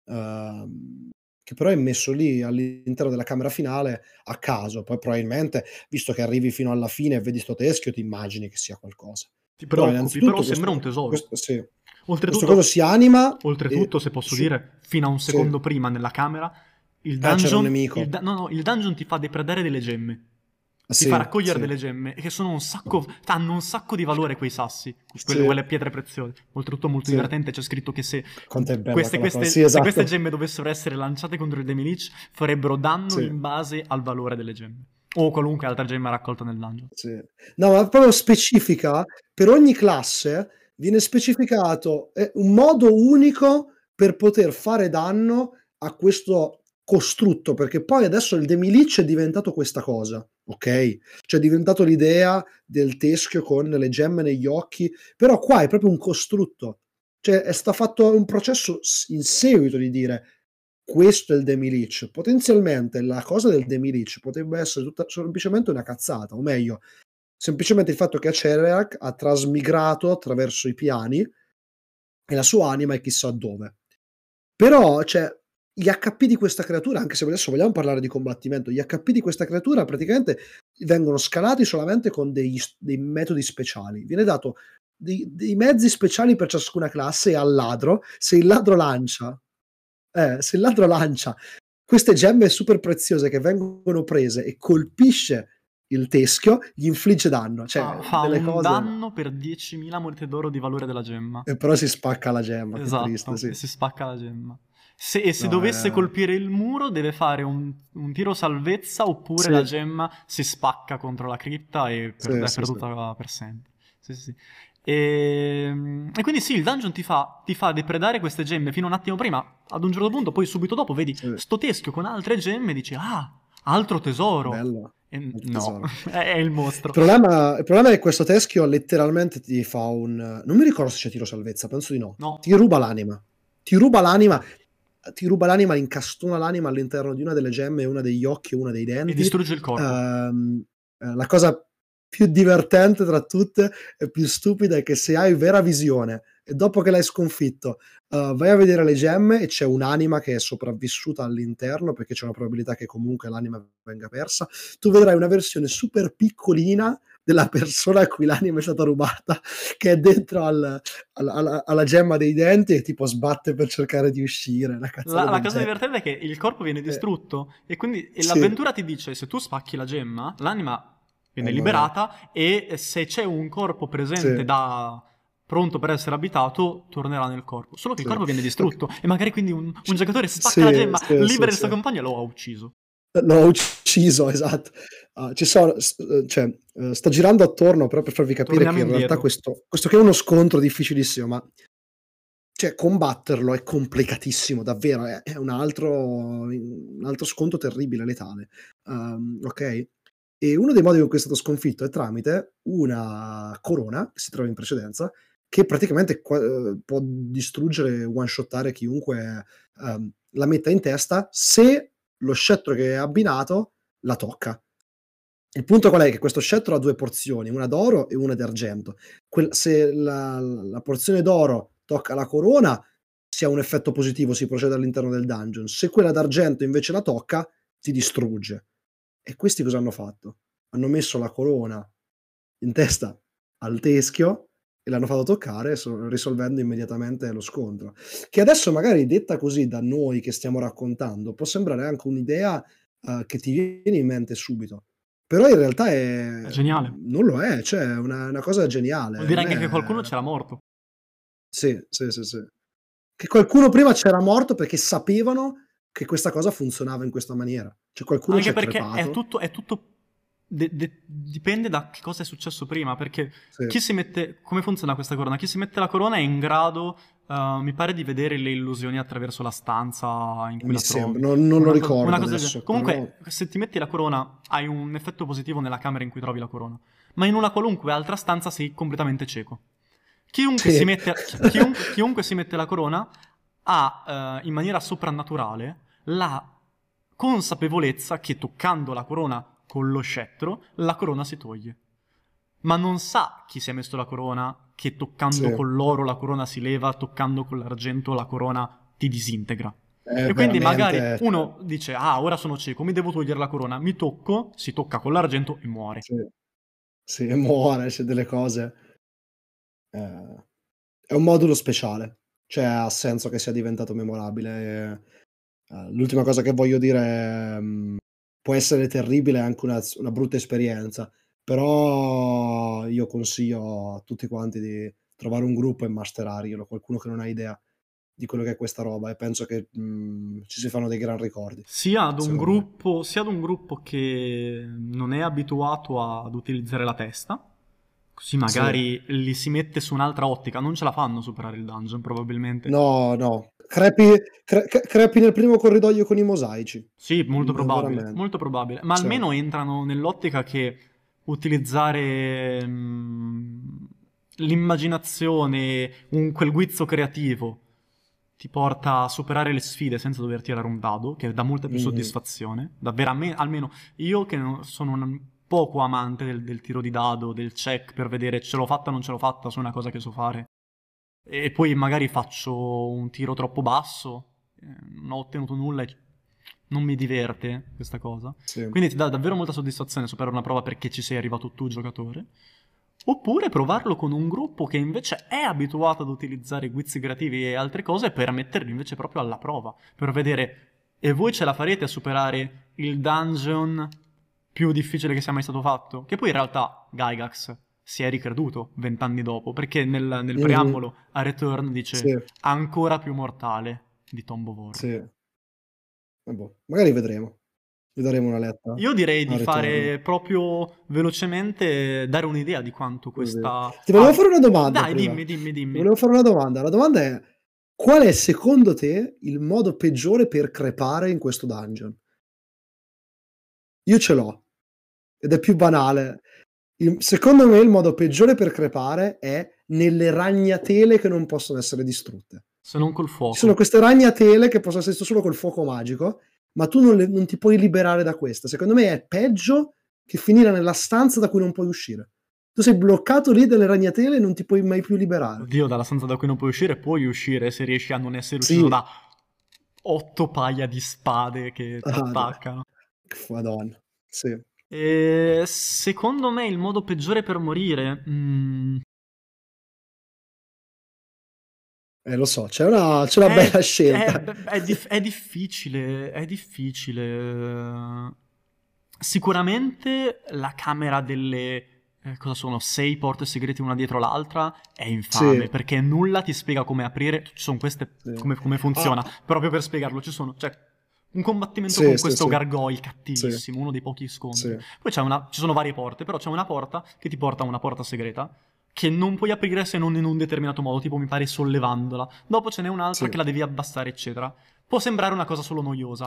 che però è messo lì all'interno della camera finale a caso, poi probabilmente, visto che arrivi fino alla fine e vedi sto teschio, ti immagini che sia qualcosa. Ti Però preoccupi, però innanzitutto sembra questo un tesoro. sì, questo coso Oltretutto, si anima e oltretutto, se posso su dire, fino a un sì. secondo prima nella camera, C'era un nemico. no, il dungeon ti fa depredare delle gemme. Ti fa Sì, raccogliere sì, delle gemme che sono hanno un sacco di valore quei sassi, sì, quelle pietre preziose. Oltretutto molto sì. divertente, c'è scritto che se Quanto è bella quella cosa. Sì, se queste esatto. gemme dovessero essere lanciate contro il Demilich, farebbero danno Sì. in base al valore delle gemme. O qualunque altra gemma raccolta nel dungeon. Sì. No, ma proprio specifica per ogni classe viene specificato, un modo unico per poter fare danno a questo costrutto, perché poi adesso il Demilich è diventato questa cosa, okay, cioè è diventato l'idea del teschio con le gemme negli occhi, però qua è proprio un costrutto. Cioè è sta fatto un processo in seguito di dire: "Questo è il Demilich". Potenzialmente la cosa del Demilich potrebbe essere tutta semplicemente una cazzata, o meglio semplicemente il fatto che Acererak ha trasmigrato attraverso i piani e la sua anima è chissà dove. Però, cioè, gli HP di questa creatura, anche se adesso vogliamo parlare di combattimento, gli HP di questa creatura praticamente vengono scalati solamente con dei metodi speciali. Viene dato dei mezzi speciali per ciascuna classe e al ladro, se il ladro lancia queste gemme super preziose che vengono prese e colpisce il teschio, gli infligge danno, cioè Fa delle un cose danno per 10.000 monete d'oro di valore della gemma. e però si spacca la gemma, che triste, Esatto, sì. e si spacca la gemma. Se No, dovesse colpire il muro, deve fare un tiro salvezza oppure sì, la gemma si spacca contro la cripta e sì, è sì, sì. perduta per sempre. Sì, sì. E quindi sì, il dungeon ti fa depredare queste gemme fino a un attimo prima. Ad un certo punto, poi subito dopo, vedi Sì, sto teschio con altre gemme e dici, altro tesoro. bello, E molto no, tesoro. è il mostro. Il problema è che questo teschio letteralmente ti fa un non mi ricordo se c'è tiro salvezza, penso di no. No. Ti ruba l'anima. Ti ruba l'anima ti ruba l'anima, incastona l'anima all'interno di una delle gemme, una degli occhi e una dei E denti. distrugge il corpo. La cosa più divertente tra tutte e più stupida è che se hai vera visione e dopo che l'hai sconfitto, vai a vedere le gemme e c'è un'anima che è sopravvissuta all'interno, perché c'è una probabilità che comunque l'anima venga persa, tu vedrai una versione super piccolina della persona a cui l'anima è stata rubata, che è dentro alla gemma dei denti e tipo sbatte per cercare di uscire, una cazzata La del cosa genere. divertente è che il corpo viene distrutto e quindi Sì, l'avventura ti dice se tu spacchi la gemma, l'anima viene allora liberata e se c'è un corpo presente sì, da pronto per essere abitato, tornerà nel corpo. Solo che il sì. corpo viene Ok. distrutto e magari quindi un giocatore spacca la Sì, gemma, sì, sì, libera il sì. suo compagno e lo ha ucciso. L'ho ucciso, esatto. Ci sono cioè, sto girando attorno però per farvi capire Torniamo che in realtà indietro. questo che è uno scontro difficilissimo, ma cioè combatterlo è complicatissimo, davvero, è un altro scontro terribile, letale. Ok? E uno dei modi con cui è stato sconfitto è tramite una corona che si trova in precedenza, che praticamente può distruggere, one-shottare chiunque la metta in testa se lo scettro che è abbinato la tocca. Il punto qual è? Che questo scettro ha 2 porzioni, una d'oro e una d'argento. Se la porzione d'oro tocca la corona, si ha un effetto positivo, si procede all'interno del dungeon. Se quella d'argento invece la tocca, ti distrugge. E questi cosa hanno fatto? Hanno messo la corona in testa al teschio e l'hanno fatto toccare, risolvendo immediatamente lo scontro. Che adesso magari detta così da noi che stiamo raccontando, può sembrare anche un'idea, che ti viene in mente subito. Però in realtà È geniale. non lo è, cioè è una cosa geniale. Vuol dire A anche che qualcuno me c'era morto. sì, sì, sì, sì. Che qualcuno prima c'era morto perché sapevano che questa cosa funzionava in questa maniera. Cioè qualcuno ci Anche è perché crepato. è tutto dipende da che cosa è successo prima, perché Sì, chi si mette, come funziona questa corona? Chi si mette la corona è in grado, mi pare di vedere le illusioni attraverso la stanza in cui mi la trovi. sembra, non lo Una ricordo cosa del genere. adesso, però Comunque, se ti metti la corona, hai un effetto positivo nella camera in cui trovi la corona, ma in una qualunque altra stanza sei completamente cieco. sì. Chiunque si mette la corona ha, in maniera soprannaturale, la consapevolezza che toccando la corona con lo scettro, la corona si toglie. Ma non sa chi si è messo la corona che toccando Sì, con l'oro la corona si leva, toccando con l'argento la corona ti disintegra. è E quindi magari veramente cioè, uno dice, ah, ora sono cieco, mi devo togliere la corona, mi tocco, si tocca con l'argento e muore. sì, sì, muore, c'è delle cose è un modulo speciale, cioè ha senso che sia diventato memorabile e, l'ultima cosa che voglio dire è, può essere terribile anche una brutta esperienza, però io consiglio a tutti quanti di trovare un gruppo e masterarglielo, qualcuno che non ha idea di quello che è questa roba e penso che, ci si fanno dei gran ricordi, secondo me. Sia ad un gruppo che non è abituato ad utilizzare la testa, così Sì. magari li si mette su un'altra ottica, non ce la fanno a superare il dungeon probabilmente. No, no, crepi nel primo corridoio con i mosaici. Sì, Veramente. molto probabile, ma Sì. almeno entrano nell'ottica che utilizzare l'immaginazione, quel guizzo creativo ti porta a superare le sfide senza dover tirare un dado, che dà molta più Mh-mh. soddisfazione. Davvero, almeno io che sono un poco amante del tiro di dado, del check per vedere ce l'ho fatta o non ce l'ho fatta su una cosa che so fare. E poi magari faccio un tiro troppo basso, non ho ottenuto nulla e non mi diverte questa cosa. Sì. Quindi ti dà davvero molta soddisfazione superare una prova perché ci sei arrivato tu, giocatore. Oppure provarlo con un gruppo che invece è abituato ad utilizzare guizzi creativi e altre cose per metterli invece proprio alla prova, per vedere e voi ce la farete a superare il dungeon più difficile che sia mai stato fatto? Che poi in realtà Gygax si è ricreduto 20 anni dopo, perché nel Mh-mh. preambolo a Return dice Sì, ancora più mortale di Tomb of Horror. sì. Boh, magari vedremo. Gli daremo una letta Io direi di al ritorno. fare proprio velocemente, dare un'idea di quanto Così. questa... Ti volevo fare una domanda Dai, prima. dimmi, dimmi, Ti dimmi. volevo fare una domanda. La domanda è: qual è secondo te il modo peggiore per crepare in questo dungeon? Io ce l'ho, ed è più banale. Secondo me il modo peggiore per crepare è nelle ragnatele che non possono essere distrutte. Se non col Ci sono fuoco. queste ragnatele che possono essere solo col fuoco magico, ma tu non ti puoi liberare da queste. Secondo me è peggio che finire nella stanza da cui non puoi uscire. Tu sei bloccato lì dalle ragnatele e non ti puoi mai più liberare. Oddio, dalla stanza da cui non puoi uscire se riesci a non essere ucciso Sì, da 8 paia di spade che ti ah, attaccano. madonna, sì. E secondo me il modo peggiore per morire... Lo so, c'è una bella scelta. È difficile, è difficile. Sicuramente la camera delle... cosa sono? 6 porte segrete una dietro l'altra è infame, Sì, perché nulla ti spiega come aprire... Ci sono queste... sì. come Ah, funziona. Proprio per spiegarlo, ci sono... Cioè, un combattimento sì, con sì, questo sì, gargoyle sì, cattivissimo, uno dei pochi sì, scontri. Poi ci sono varie porte, però c'è una porta che ti porta a una porta segreta, che non puoi aprire se non in un determinato modo, tipo mi pare sollevandola. Dopo ce n'è un'altra Sì. che la devi abbassare, eccetera. Può sembrare una cosa solo noiosa.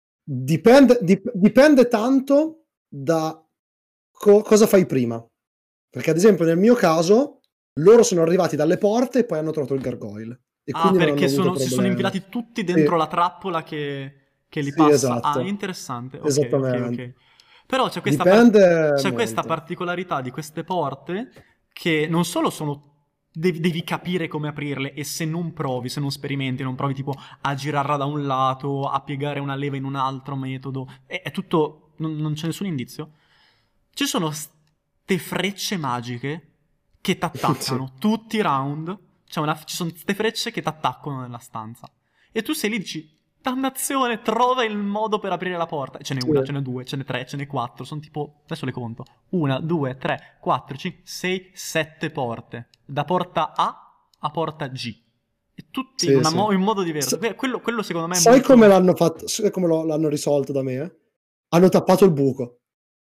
Dipende tanto da cosa fai prima. Perché ad esempio nel mio caso loro sono arrivati dalle porte e poi hanno trovato il gargoyle e Ah, quindi non hanno perché avuto si sono problemi. infilati tutti Sì, dentro la trappola che li sì, passa. Ah, esatto. interessante. Ok, ok, Esattamente. ok. Però c'è Dipende c'è questa molto. particolarità di queste porte che non solo sono... Devi capire come aprirle e se non provi, se non sperimenti, non provi tipo a girarla da un lato, a piegare una leva in un altro metodo, è tutto... non c'è nessun indizio. Ci sono ste frecce magiche che Sì. t'attaccano tutti i round. Ci sono ste frecce che t'attaccano nella stanza. E tu sei lì e dici, dannazione, trova il modo per aprire la porta. Ce n'è Sì. una, ce n'è due, ce n'è tre, ce n'è quattro. Sono tipo, adesso le conto. Una, due, tre, quattro, cinque, sei, sette porte. Da porta A porta G. E tutti Sì, sì. in modo diverso. S Quello secondo me è Sai come molto... l'hanno fatto, sai come l'hanno risolto da me? Hanno tappato il buco.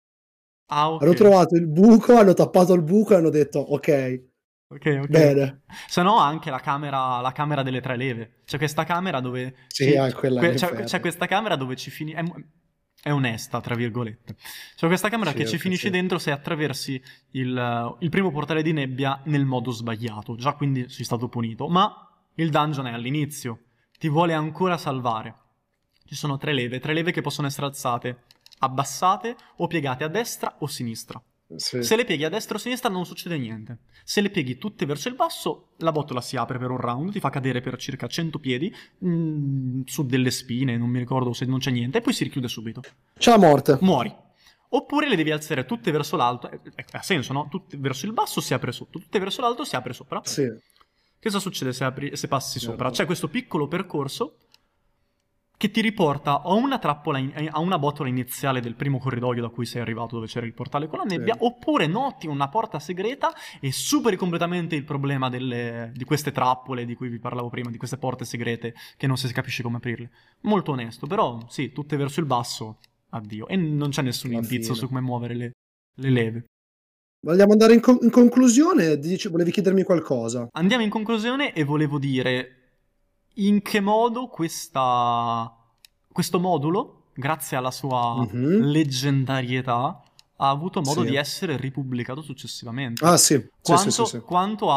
Ah, Hanno ok. trovato il buco, hanno tappato il buco e hanno detto: "Okay, Ok, ok, ok. bene". Se no anche la camera delle tre leve. C'è questa camera dove Sì, quella è c'è l'inferno. questa camera dove ci finisci... È onesta, tra virgolette. C'è questa camera Sì, che ci okay, finisci sì. dentro se attraversi il primo portale di nebbia nel modo sbagliato. Già quindi sei stato punito. Ma il dungeon è all'inizio. Ti vuole ancora salvare. Ci sono tre leve che possono essere alzate, abbassate o piegate a destra o a sinistra. Sì. Se le pieghi a destra o a sinistra non succede niente. Se le pieghi tutte verso il basso, la botola si apre per un round, ti fa cadere per circa 100 piedi, su delle spine, non mi ricordo se non c'è niente, e poi si richiude subito. C'è la morte. Muori. Oppure le devi alzare tutte verso l'alto, ha senso, no? Tutte verso il basso si apre sotto, tutte verso l'alto si apre sopra. Sì, Cosa succede se passi sopra? certo. C'è questo piccolo percorso che ti riporta a una trappola, a una botola iniziale del primo corridoio da cui sei arrivato, dove c'era il portale con la nebbia, Sì. oppure noti una porta segreta e superi completamente il problema di queste trappole di cui vi parlavo prima, di queste porte segrete che non si capisce come aprirle. Molto onesto, però sì, tutte verso il basso, addio. E non c'è nessun Alla indizio fine. su come muovere le leve. Vogliamo andare in conclusione? Volevi chiedermi qualcosa? Andiamo in conclusione e volevo dire in che modo questo modulo, grazie alla sua Mh-mh. leggendarietà, ha avuto modo Sì. di essere ripubblicato successivamente. Ah sì. Sì, sì, sì, sì. Quanto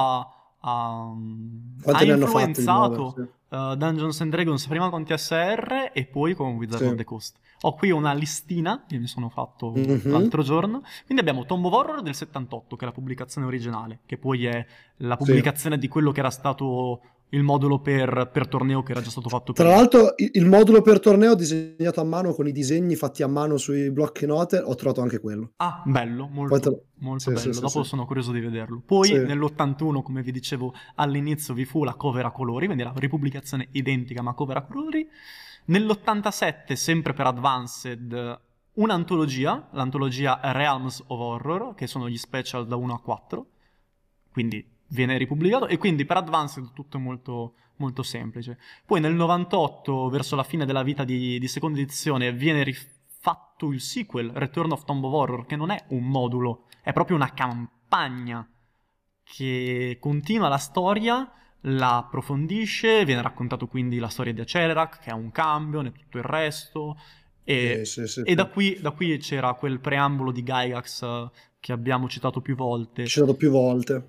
ha Quante ne hanno fatte di nuove? Sì. influenzato Dungeons and Dragons prima con TSR e poi con Wizard of Sì. the Coast. Ho qui una listina che mi sono fatto Mh-mh. l'altro giorno. Quindi abbiamo Tomb of Horror del 78, che è la pubblicazione originale, che poi è la Sì. pubblicazione di quello che era stato il modulo per torneo che era già stato fatto Tra prima. l'altro il modulo per torneo disegnato a mano con i disegni fatti a mano sui blocchi note, ho trovato anche quello. Ah, bello, Poi te molto, lo molto Sì, sì, bello. sì, Dopo sì. sono curioso di vederlo. Poi Sì. nell'81, come vi dicevo all'inizio, vi fu la cover a colori, quindi la ripubblicazione identica ma cover a colori. Nell'87, sempre per Advanced, un'antologia, l'antologia Realms of Horror, che sono gli special da 1 a 4. Quindi viene ripubblicato e quindi per Advanced tutto è molto, molto semplice. Poi nel 98, verso la fine della vita di seconda edizione, viene rifatto il sequel, Return of Tomb of Horror, che non è un modulo, è proprio una campagna che continua la storia, la approfondisce, viene raccontato quindi la storia di Acelerac, che ha un cambio e tutto il resto, Sì, sì, sì, e sì. da qui c'era quel preambolo di Gygax che abbiamo citato più volte, Citato più volte.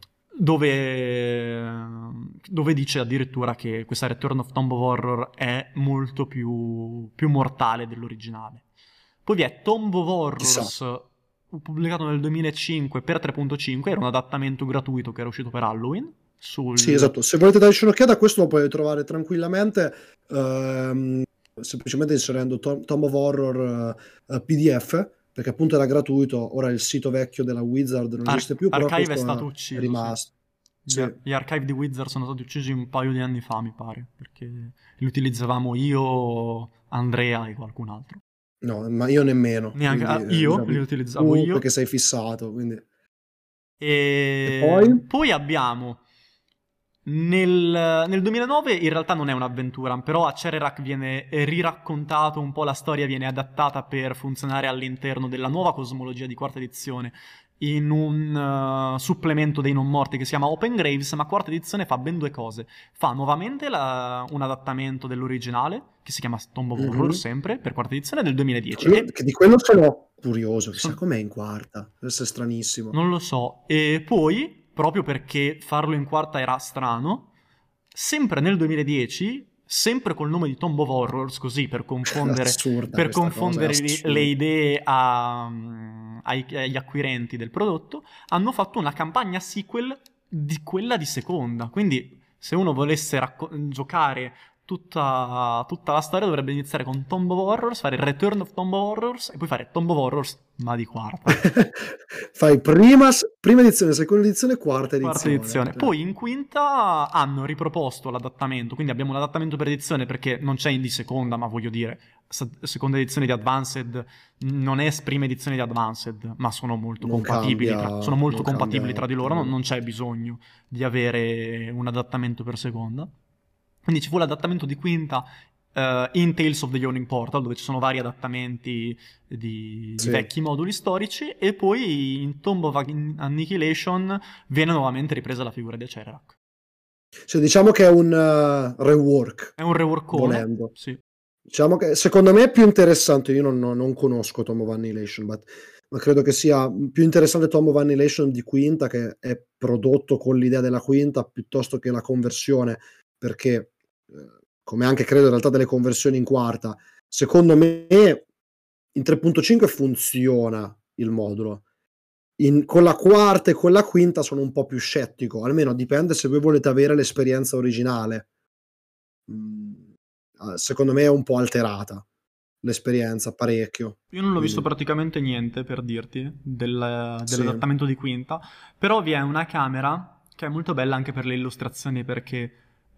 dove dice addirittura che questa Return of Tomb of Horror è molto più mortale dell'originale. Poi vi è Tomb of Chissà. Horrors, pubblicato nel 2005 per 3.5, era un adattamento gratuito che era uscito per Halloween. Sì, esatto. Se volete darci un'occhiata, questo lo potete trovare tranquillamente, semplicemente inserendo Tomb of Horror PDF, perché appunto era gratuito. Ora il sito vecchio della Wizard non esiste più, però Archive è questo stato è ucciso, sì. rimasto. Sì. Gli archive di Wizard sono stati uccisi un paio di anni fa, mi pare, perché li utilizzavamo io, Andrea e qualcun altro. No, ma io nemmeno, Neanche quindi io li diciamo utilizzavo tu io. perché sei fissato, quindi. E E poi? poi abbiamo nel 2009 in realtà non è un'avventura, però a Cererac viene riraccontato un po', la storia viene adattata per funzionare all'interno della nuova cosmologia di quarta edizione in un supplemento dei non morti che si chiama Open Graves, ma quarta edizione fa ben due cose. Fa nuovamente un adattamento dell'originale, che si chiama Tomb of Horror, Mhm. sempre, per quarta edizione del 2010. E Che di quello sono curioso, chissà son- com'è in quarta, deve essere stranissimo. non lo so. E poi, proprio perché farlo in quarta era strano, sempre nel 2010, sempre col nome di Tomb of Horrors, così Assurda per questa cosa, è confondere le assurda. idee agli acquirenti del prodotto, hanno fatto una campagna sequel di quella di seconda. Quindi, se uno volesse giocare tutta la storia, dovrebbe iniziare con Tomb of Horrors, fare Return of Tomb of Horrors e poi fare Tomb of Horrors, ma di quarta. Fai prima edizione, seconda edizione, quarta Quarta edizione. edizione. Poi in quinta hanno riproposto l'adattamento, quindi abbiamo un adattamento per edizione perché non c'è in di seconda, ma voglio dire, seconda edizione di Advanced non è prima edizione di Advanced, ma sono molto Non compatibili cambia, sono molto non compatibili cambia tra di per loro, nulla. non c'è bisogno di avere un adattamento per seconda. Quindi ci fu l'adattamento di quinta in Tales of the Yawning Portal, dove ci sono vari adattamenti di Sì. vecchi moduli storici, e poi in Tomb of Annihilation viene nuovamente ripresa la figura di Acererak. Cioè, diciamo che è un rework, È un reworkone, volendo. sì. Diciamo che secondo me è più interessante, io non conosco Tomb of Annihilation, ma credo che sia più interessante Tomb of Annihilation di quinta, che è prodotto con l'idea della quinta, piuttosto che la conversione, perché, come anche credo in realtà delle conversioni in quarta, secondo me in 3.5 funziona il modulo. Con la quarta e con la quinta sono un po' più scettico, almeno dipende se voi volete avere l'esperienza originale. Secondo me è un po' alterata l'esperienza, parecchio. Io non l'ho visto Quindi praticamente niente, per dirti, sì, dell'adattamento di quinta, però vi è una camera che è molto bella anche per le illustrazioni perché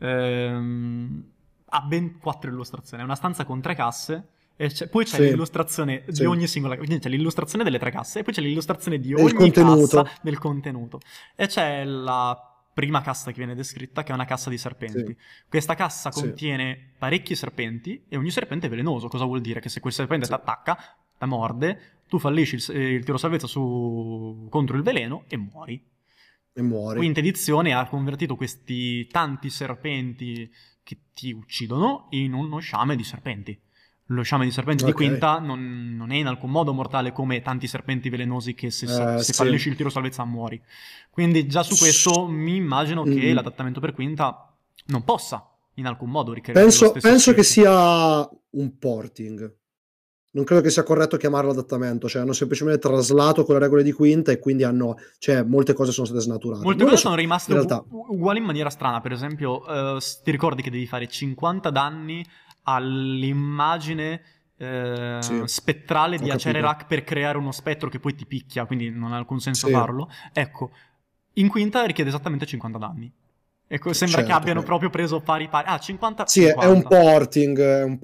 ha ben quattro illustrazioni, è una stanza con tre casse e poi c'è sì, l'illustrazione di sì. ogni singola, quindi c'è l'illustrazione delle tre casse e poi c'è l'illustrazione di E il ogni cassa contenuto? del contenuto. E c'è la prima cassa che viene descritta, che è una cassa di Sì, serpenti. Questa cassa sì, contiene parecchi serpenti e ogni serpente è velenoso. Cosa vuol dire? Che se quel serpente ti sì. attacca, ti morde, tu fallisci il tiro salvezza contro il veleno e muori. E muori. Quinta edizione ha convertito questi tanti serpenti che ti uccidono in uno sciame di serpenti. Lo sciame di serpenti di Okay. quinta non è in alcun modo mortale come tanti serpenti velenosi che se Sì. fallisci il tiro salvezza muori. Quindi già su questo mi immagino che Mh-mh. l'adattamento per quinta non possa in alcun modo ricreare lo Penso stesso penso che spirito. sia un porting. Non credo che sia corretto chiamarlo adattamento, cioè hanno semplicemente traslato quelle regole di quinta e quindi cioè molte cose sono state snaturate. Molte Non lo cose sono so, rimaste in realtà. uguali in maniera strana. Per esempio, ti ricordi che devi fare 50 danni all'immagine Sì, spettrale ho di capito. Acererak per creare uno spettro che poi ti picchia, quindi non ha alcun senso Sì, farlo. Ecco, in quinta richiede esattamente 50 danni. Ecco, sembra che certo, abbiano proprio preso pari pari. Ah, 50, sì, è un 50. porting,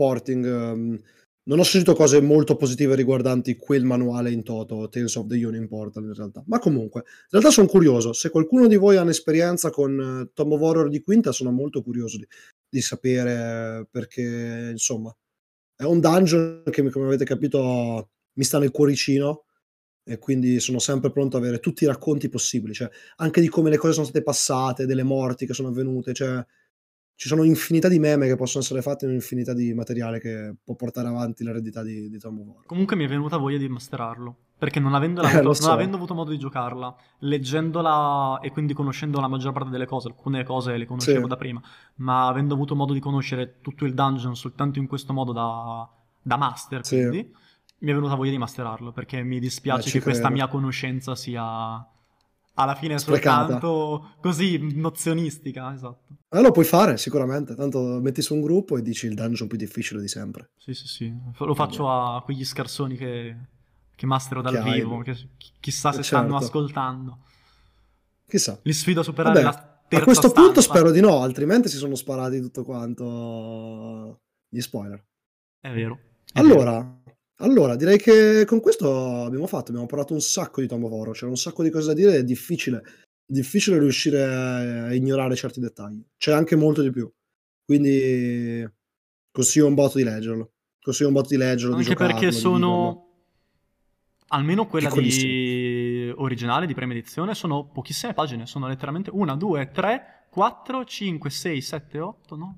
non ho sentito cose molto positive riguardanti quel manuale in toto, Tales of the Union Portal in realtà. Ma comunque, in realtà son curioso, se qualcuno di voi ha un'esperienza con Tomb of Horror di quinta, sono molto curioso di sapere perché, insomma, è un dungeon che come avete capito mi sta nel cuoricino e quindi sono sempre pronto a avere tutti i racconti possibili, cioè anche di come le cose sono state passate, delle morti che sono avvenute, cioè ci sono infinità di meme che possono essere fatti, un'infinità di materiale che può portare avanti l'eredità di Tom Moore. Comunque mi è venuta voglia di masterarlo, perché Lo non avendo so. avuto modo di giocarla, leggendola e quindi conoscendo la maggior parte delle cose, alcune cose le Sì, conoscevo da prima, ma avendo avuto modo di conoscere tutto il dungeon soltanto in questo modo da master, sì, quindi mi è venuta voglia di masterarlo, perché mi dispiace ci che questa credo. mia conoscenza sia alla fine Sprecata. soltanto così nozionistica, esatto. Lo puoi fare sicuramente, tanto metti su un gruppo e dici il dungeon più difficile di sempre. Sì, sì, sì. Lo Vabbè, faccio a quegli scarsoni che mastero che dal hai vivo, che chissà se stanno certo, ascoltando. chissà. Li sfido a superare Vabbè, la a terza questo punto stanza. spero di no, altrimenti si sono sparati tutto quanto gli spoiler. È vero, è vero. Allora direi che con questo abbiamo parlato un sacco di Tom of Horror, c'era un sacco di cose da dire, è difficile riuscire a ignorare certi dettagli. C'è anche molto di più. Quindi consiglio un botto di leggerlo. Consiglio un botto di leggerlo, di Anche perché giocarlo, di viverlo. sono almeno quella Piccolissimo. di originale di prima edizione sono pochissime pagine, sono letteralmente 1, 2, 3, 4, 5, 6, 7, 8, no?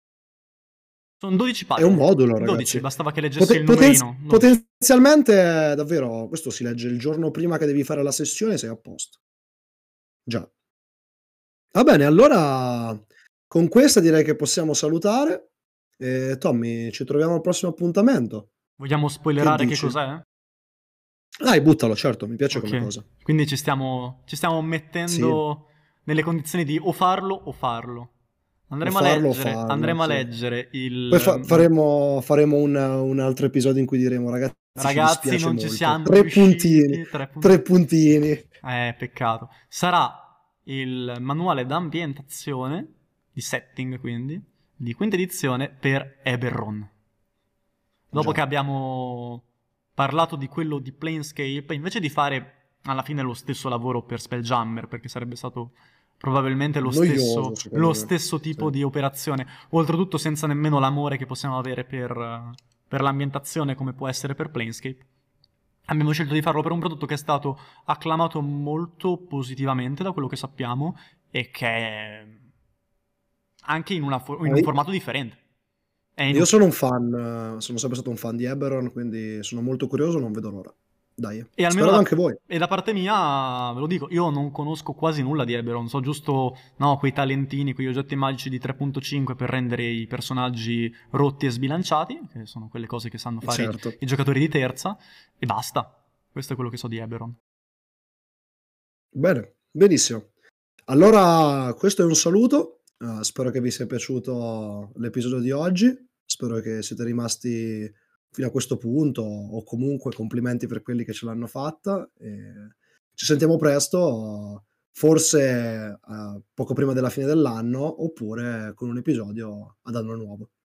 Sono 12 È pagine. un modulo, 12, ragazzi. bastava che leggessi il numerino. 12. Potenzialmente, davvero, questo si legge il giorno prima che devi fare la sessione, sei a posto. Già. Va bene, allora con questa direi che possiamo salutare. Tommy, ci troviamo al prossimo appuntamento. Vogliamo Che spoilerare che dici? cos'è? Dai, buttalo, certo, mi piace come Ok, cosa. quindi ci stiamo Sì, mettendo nelle condizioni di o farlo o farlo. o Andremo a farlo o leggere, farlo, andremo a sì. leggere Poi il... faremo un altro episodio in cui diremo, ragazzi, ci Ragazzi, dispiace non ci molto. siamo 3 puntini, riusciti. 3 puntini. Peccato. Sarà il manuale d'ambientazione, di setting quindi, di quinta edizione per Eberron. Dopo che Già. abbiamo parlato di quello di Planescape, invece di fare alla fine lo stesso lavoro per Spelljammer, perché sarebbe stato probabilmente Noioso, lo secondo me. stesso tipo Sì. di operazione, oltretutto senza nemmeno l'amore che possiamo avere per l'ambientazione come può essere per Planescape. Abbiamo scelto di farlo per un prodotto che è stato acclamato molto positivamente da quello che sappiamo e che è anche in un formato differente. È Io sono un fan, sono sempre stato un fan di Eberron, quindi sono molto curioso, non vedo l'ora. Dai, E almeno spero anche voi. da parte mia, ve lo dico, io non conosco quasi nulla di Eberron, so giusto quei talentini, quegli oggetti magici di 3.5 per rendere i personaggi rotti e sbilanciati, che sono quelle cose che sanno fare Certo. i giocatori di terza, e basta. Questo è quello che so di Eberron. Bene, benissimo. Allora, questo è un saluto. Spero che vi sia piaciuto l'episodio di oggi. Spero che siete rimasti fino a questo punto, o comunque complimenti per quelli che ce l'hanno fatta. Ci sentiamo presto, forse poco prima della fine dell'anno, oppure con un episodio ad anno nuovo.